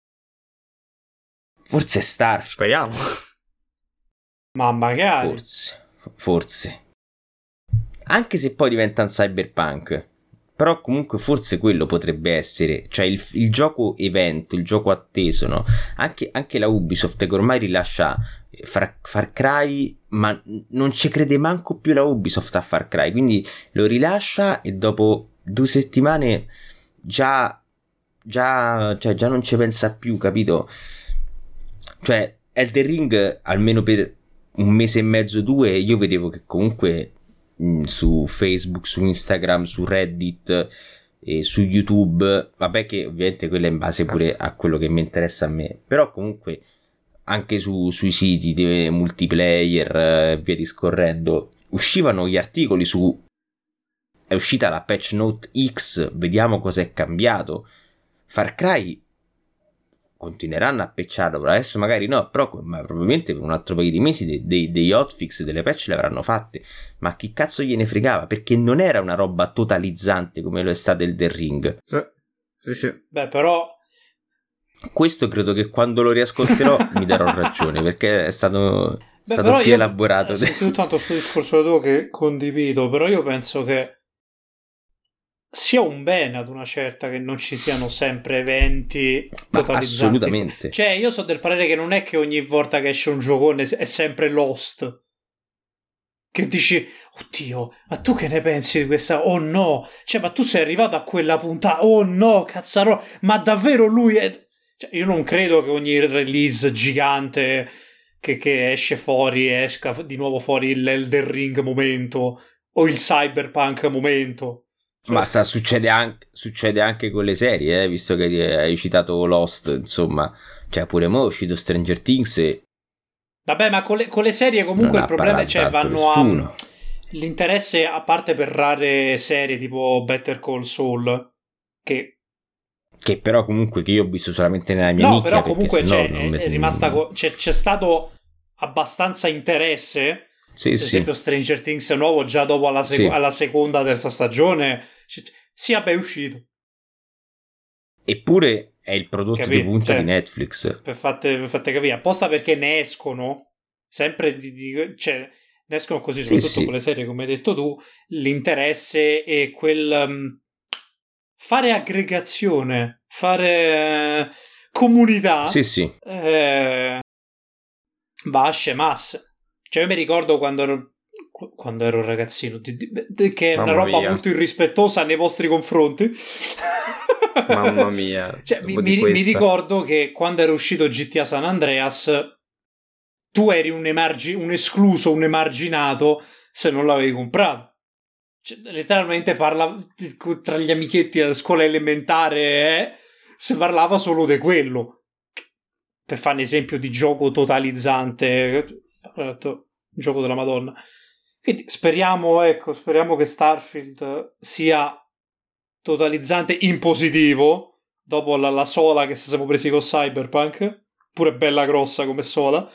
forse Star, Speriamo. Ma magari. forse forse anche se poi diventa un cyberpunk, però comunque forse quello potrebbe essere, cioè il, il gioco evento, il gioco atteso, no? Anche, anche la Ubisoft che ormai rilascia Far, Far Cry, ma non ci crede manco più la Ubisoft a Far Cry, quindi lo rilascia e dopo due settimane già, già, cioè già non ci pensa più, capito? Cioè Elden Ring almeno per un mese e mezzo, due, io vedevo che comunque su Facebook, su Instagram, su Reddit e su YouTube, vabbè che ovviamente quella è in base pure a quello che mi interessa a me, però comunque anche su, sui siti di multiplayer e eh, via discorrendo uscivano gli articoli su è uscita la patch note X, vediamo cosa è cambiato. Far Cry continueranno a patcharlo, però adesso magari no, però ma probabilmente per un altro paio di mesi dei, dei, dei hotfix, delle patch le avranno fatte, ma chi cazzo gliene fregava, perché non era una roba totalizzante come lo è stato il The Ring. Sì, sì, sì. Beh, però questo credo che quando lo riascolterò mi darò ragione, perché è stato, è Beh, stato più io, elaborato. Eh, sentito tanto questo discorso tuo che condivido, però io penso che sia un bene ad una certa che non ci siano sempre eventi Ma totalizzanti. assolutamente. Cioè, io so del parere che non è che ogni volta che esce un giocone è sempre Lost. Che dici, oddio, ma tu che ne pensi di questa? Oh no, cioè, ma tu sei arrivato a quella puntata? Oh no, cazzaro, ma davvero lui è... Cioè, io non credo che ogni release gigante che, che esce fuori esca di nuovo fuori l'Elden Ring momento o il Cyberpunk momento. Ma sta, succede, anche, succede anche con le serie, eh, visto che hai citato Lost, insomma, cioè pure mo' è uscito Stranger Things e... Vabbè, ma con le, con le serie comunque il problema è cioè vanno nessuno. a... L'interesse, a parte per rare serie tipo Better Call Saul, che... Che però comunque che io ho visto solamente nella mia no, nicchia. però comunque cioè, è, mi... è rimasta... Co- c'è, c'è stato abbastanza interesse... Sì, per sì. esempio Stranger Things è nuovo già dopo alla, sec- sì. alla seconda, terza stagione. Sì, vabbè, è uscito. Eppure è il prodotto Capì? di punta Cioè, di Netflix. Per fatte, per fatte capire. Apposta perché ne escono sempre di, di, cioè, ne escono così, soprattutto sì, sì. con le serie, come hai detto tu, l'interesse e quel... Um, fare aggregazione, fare uh, comunità. Sì, sì. Eh, va a scemasse. Cioè io mi ricordo quando ero, quando ero un ragazzino di, di, che è Mamma una roba mia. molto irrispettosa nei vostri confronti. Mamma mia. Cioè, mi, mi, mi ricordo che quando era uscito G T A San Andreas tu eri un, emargi- un escluso, un emarginato se non l'avevi comprato. Cioè, letteralmente parla tra gli amichetti alla scuola elementare eh, si parlava solo di quello. Per fare un esempio di gioco totalizzante, gioco della Madonna. Quindi speriamo, ecco, speriamo che Starfield sia totalizzante in positivo, dopo la, la sola che ci siamo presi con Cyberpunk, pure bella grossa come sola.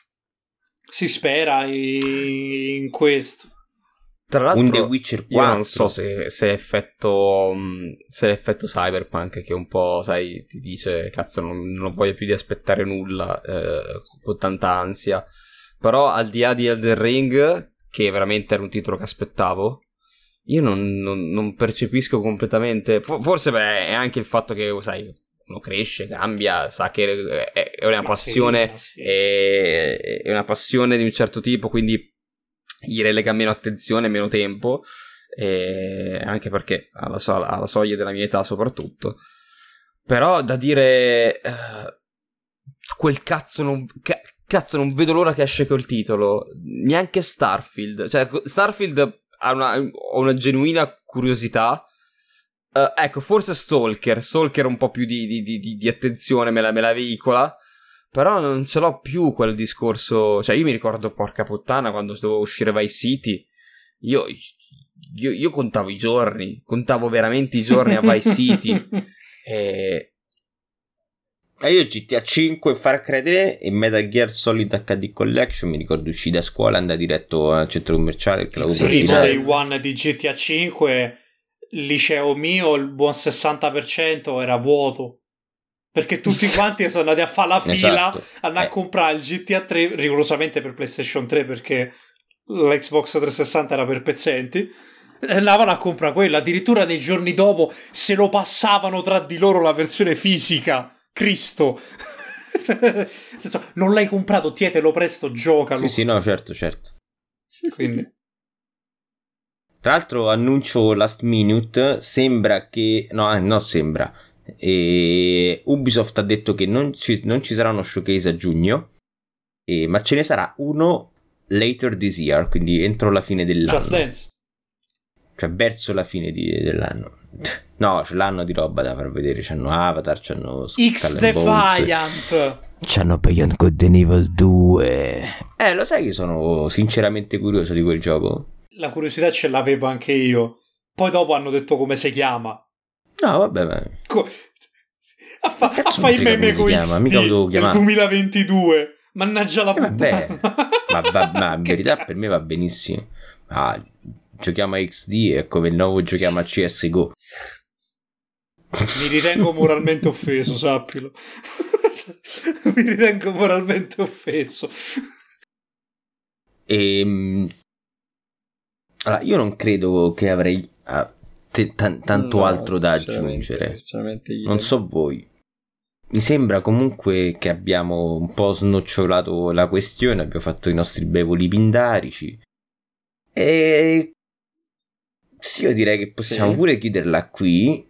Si spera in, in questo. Tra l'altro, un The Witcher quattro. Io non so se, se è effetto se è effetto Cyberpunk che un po', sai, ti dice cazzo non, non voglio più di aspettare nulla eh, con tanta ansia. Però al di là di Elden Ring, che veramente era un titolo che aspettavo, io non, non, non percepisco completamente. Forse beh, è anche il fatto che, sai, uno cresce, cambia, sa che è, è una ma passione, sì, sì. È, è una passione di un certo tipo, quindi gli relega meno attenzione, meno tempo, e anche perché alla, so- alla soglia della mia età soprattutto. Però da dire uh, quel cazzo non ca- cazzo non vedo l'ora che esce quel titolo, neanche Starfield. Cioè Starfield ha una, ho una genuina curiosità. Uh, ecco, forse Stalker Stalker un po' più di, di, di, di attenzione me la, me la veicola. Però non ce l'ho più quel discorso. Cioè io mi ricordo, porca puttana, quando dovevo uscire Vice City, Io, io, io contavo i giorni, contavo veramente i giorni a Vice City. E... E io G T A cinque, Far Cry tre e Metal Gear Solid H D Collection, mi ricordo uscì da scuola, andai diretto al centro commerciale. Che sì, il day one di G T A cinque, liceo mio, il buon sessanta per cento era vuoto. Perché tutti quanti sono andati a fare la fila, esatto. andare eh. a comprare il G T A tre, rigorosamente per PlayStation tre, perché l'Xbox trecentosessanta era per pezzenti, e andavano a comprare quello. Addirittura nei giorni dopo se lo passavano tra di loro la versione fisica. Cristo. Senso, non l'hai comprato, tietelo presto, giocalo. Sì, sì, no, certo, certo. Quindi... Tra l'altro annuncio last minute, sembra che... No, no, sembra... E Ubisoft ha detto che non ci, non ci sarà uno showcase a giugno, e, ma ce ne sarà uno later this year, quindi entro la fine dell'anno. Just Dance. Cioè verso la fine di, dell'anno. No, ce l'hanno di roba da far vedere. C'hanno Avatar, c'hanno X-Defiant, c'hanno Beyond Good and Evil due. Eh, lo sai che sono sinceramente curioso di quel gioco? La curiosità ce l'avevo anche io. Poi dopo hanno detto come si chiama. No, vabbè, ma... Co- a fa, a fa il meme con X D del duemilaventidue. Mannaggia la eh, puttana. ma, va, ma in verità per me va benissimo. Ah, giochiamo a X D è come il nuovo giochiamo a C S G O. Mi ritengo moralmente offeso, sappilo. Mi ritengo moralmente offeso. E, allora, io non credo che avrei uh, te, t- tanto no, altro da sinceramente, aggiungere. Sinceramente non so voi. Mi sembra comunque che abbiamo un po' snocciolato la questione, abbiamo fatto i nostri bei voli pindarici. E sì, io direi che possiamo sì. pure chiuderla qui.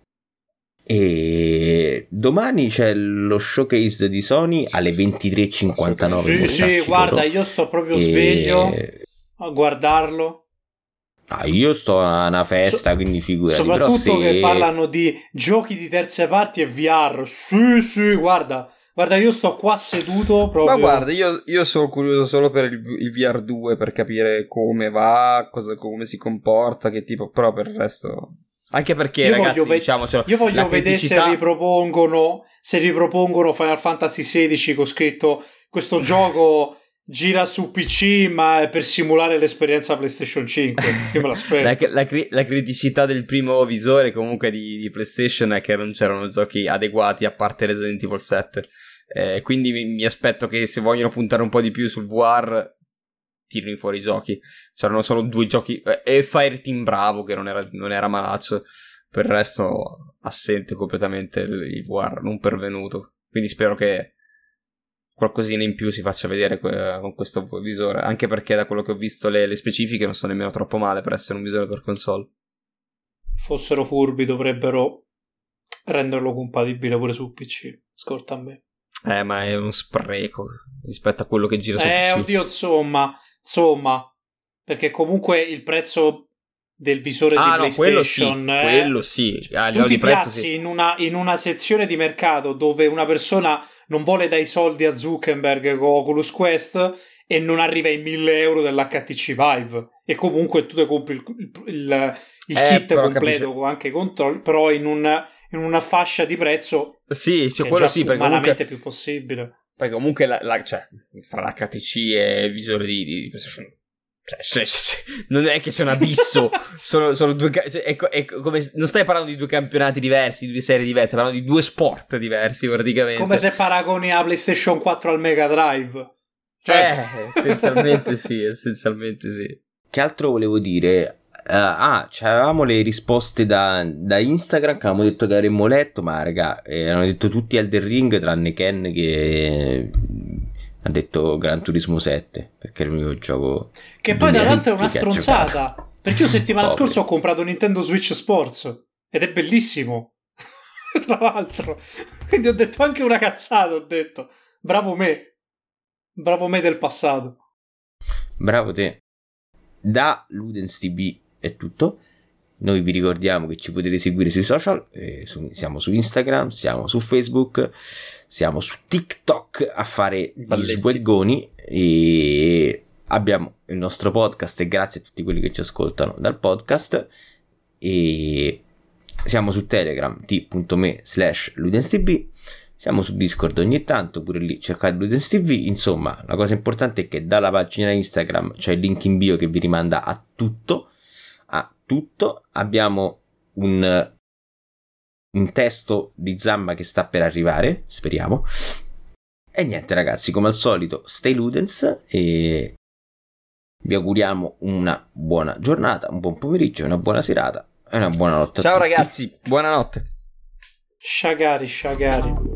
E domani c'è lo showcase di Sony alle ventitré e cinquantanove. Sì, sì, guarda, io sto proprio e... sveglio a guardarlo. Ah, io sto a una festa, so, quindi figurati. Soprattutto però se... che parlano di giochi di terze parti e V R. Sì, sì, guarda. Guarda, io sto qua seduto proprio. Ma guarda, io, io sono curioso solo per il, il V R due, per capire come va, cosa, come si comporta, che tipo, però per il resto... Anche perché, io ragazzi, voglio ve- diciamocelo, io voglio vedere criticità... se ripropongono, se ripropongono Final Fantasy sedici con scritto questo gioco gira su P C ma è per simulare l'esperienza PlayStation cinque. Io me l'aspetto. la, la, la criticità del primo visore comunque di, di PlayStation è che non c'erano giochi adeguati a parte Resident Evil sette. Eh, quindi mi, mi aspetto che se vogliono puntare un po' di più sul V R tirino fuori i giochi. C'erano solo due giochi eh, e Fireteam Bravo che non era, non era malaccio, per il resto assente completamente il, il V R, non pervenuto. Quindi spero che qualcosina in più si faccia vedere que- con questo visore, anche perché da quello che ho visto le, le specifiche non sono nemmeno troppo male per essere un visore per console. Fossero furbi dovrebbero renderlo compatibile pure su P C, scorta a me. Eh, ma è uno spreco rispetto a quello che gira su eh, P C. Eh, oddio, insomma, insomma, perché comunque il prezzo del visore ah, di no, PlayStation quello sì, eh, quello sì. Ah, tu ti di prezzo, piazzi sì. in, una, in una sezione di mercato dove una persona non vuole dare i soldi a Zuckerberg con Oculus Quest e non arriva ai mille euro dell'H T C Vive, e comunque tu ti compri il, il, il, il eh, kit completo capisce. Con anche i controlli, però in, un, in una fascia di prezzo sì, cioè quello sì, perché umanamente comunque, più possibile. Perché comunque la, la, cioè, fra l'H T C e il visore di, di PlayStation, cioè, cioè, cioè, non è che c'è un abisso. sono, sono due, è, è come, non stai parlando di due campionati diversi, di due serie diverse, stai parlando di due sport diversi praticamente. Come se paragoni la PlayStation quattro al Mega Drive. Cioè... Eh, essenzialmente sì, essenzialmente sì. Che altro volevo dire? Uh, ah, avevamo le risposte da, da Instagram che avevamo detto che avremmo letto, ma raga, eh, hanno detto tutti Elden Ring tranne Ken che ha detto Gran Turismo sette, perché è l'unico gioco che poi tra l'altro è una stronzata, perché io settimana scorsa ho comprato Nintendo Switch Sports ed è bellissimo tra l'altro, quindi ho detto anche una cazzata, ho detto bravo me, bravo me del passato, bravo te. Da Ludens T V è tutto. Noi vi ricordiamo che ci potete seguire sui social, eh, su, siamo su Instagram, siamo su Facebook, siamo su TikTok a fare gli sgueggoni, e abbiamo il nostro podcast, e grazie a tutti quelli che ci ascoltano dal podcast, e siamo su Telegram t.me slash ludenstv, siamo su Discord ogni tanto, pure lì cercate Ludens T V. Insomma, la cosa importante è che dalla pagina Instagram c'è il link in bio che vi rimanda a tutto, a tutto. Abbiamo un, un testo di Zamma che sta per arrivare, speriamo. E niente ragazzi, come al solito, stay Ludens e vi auguriamo una buona giornata, un buon pomeriggio, una buona serata e una buona notte. Ciao a tutti. Ragazzi, buonanotte. Sciagari, sciagari.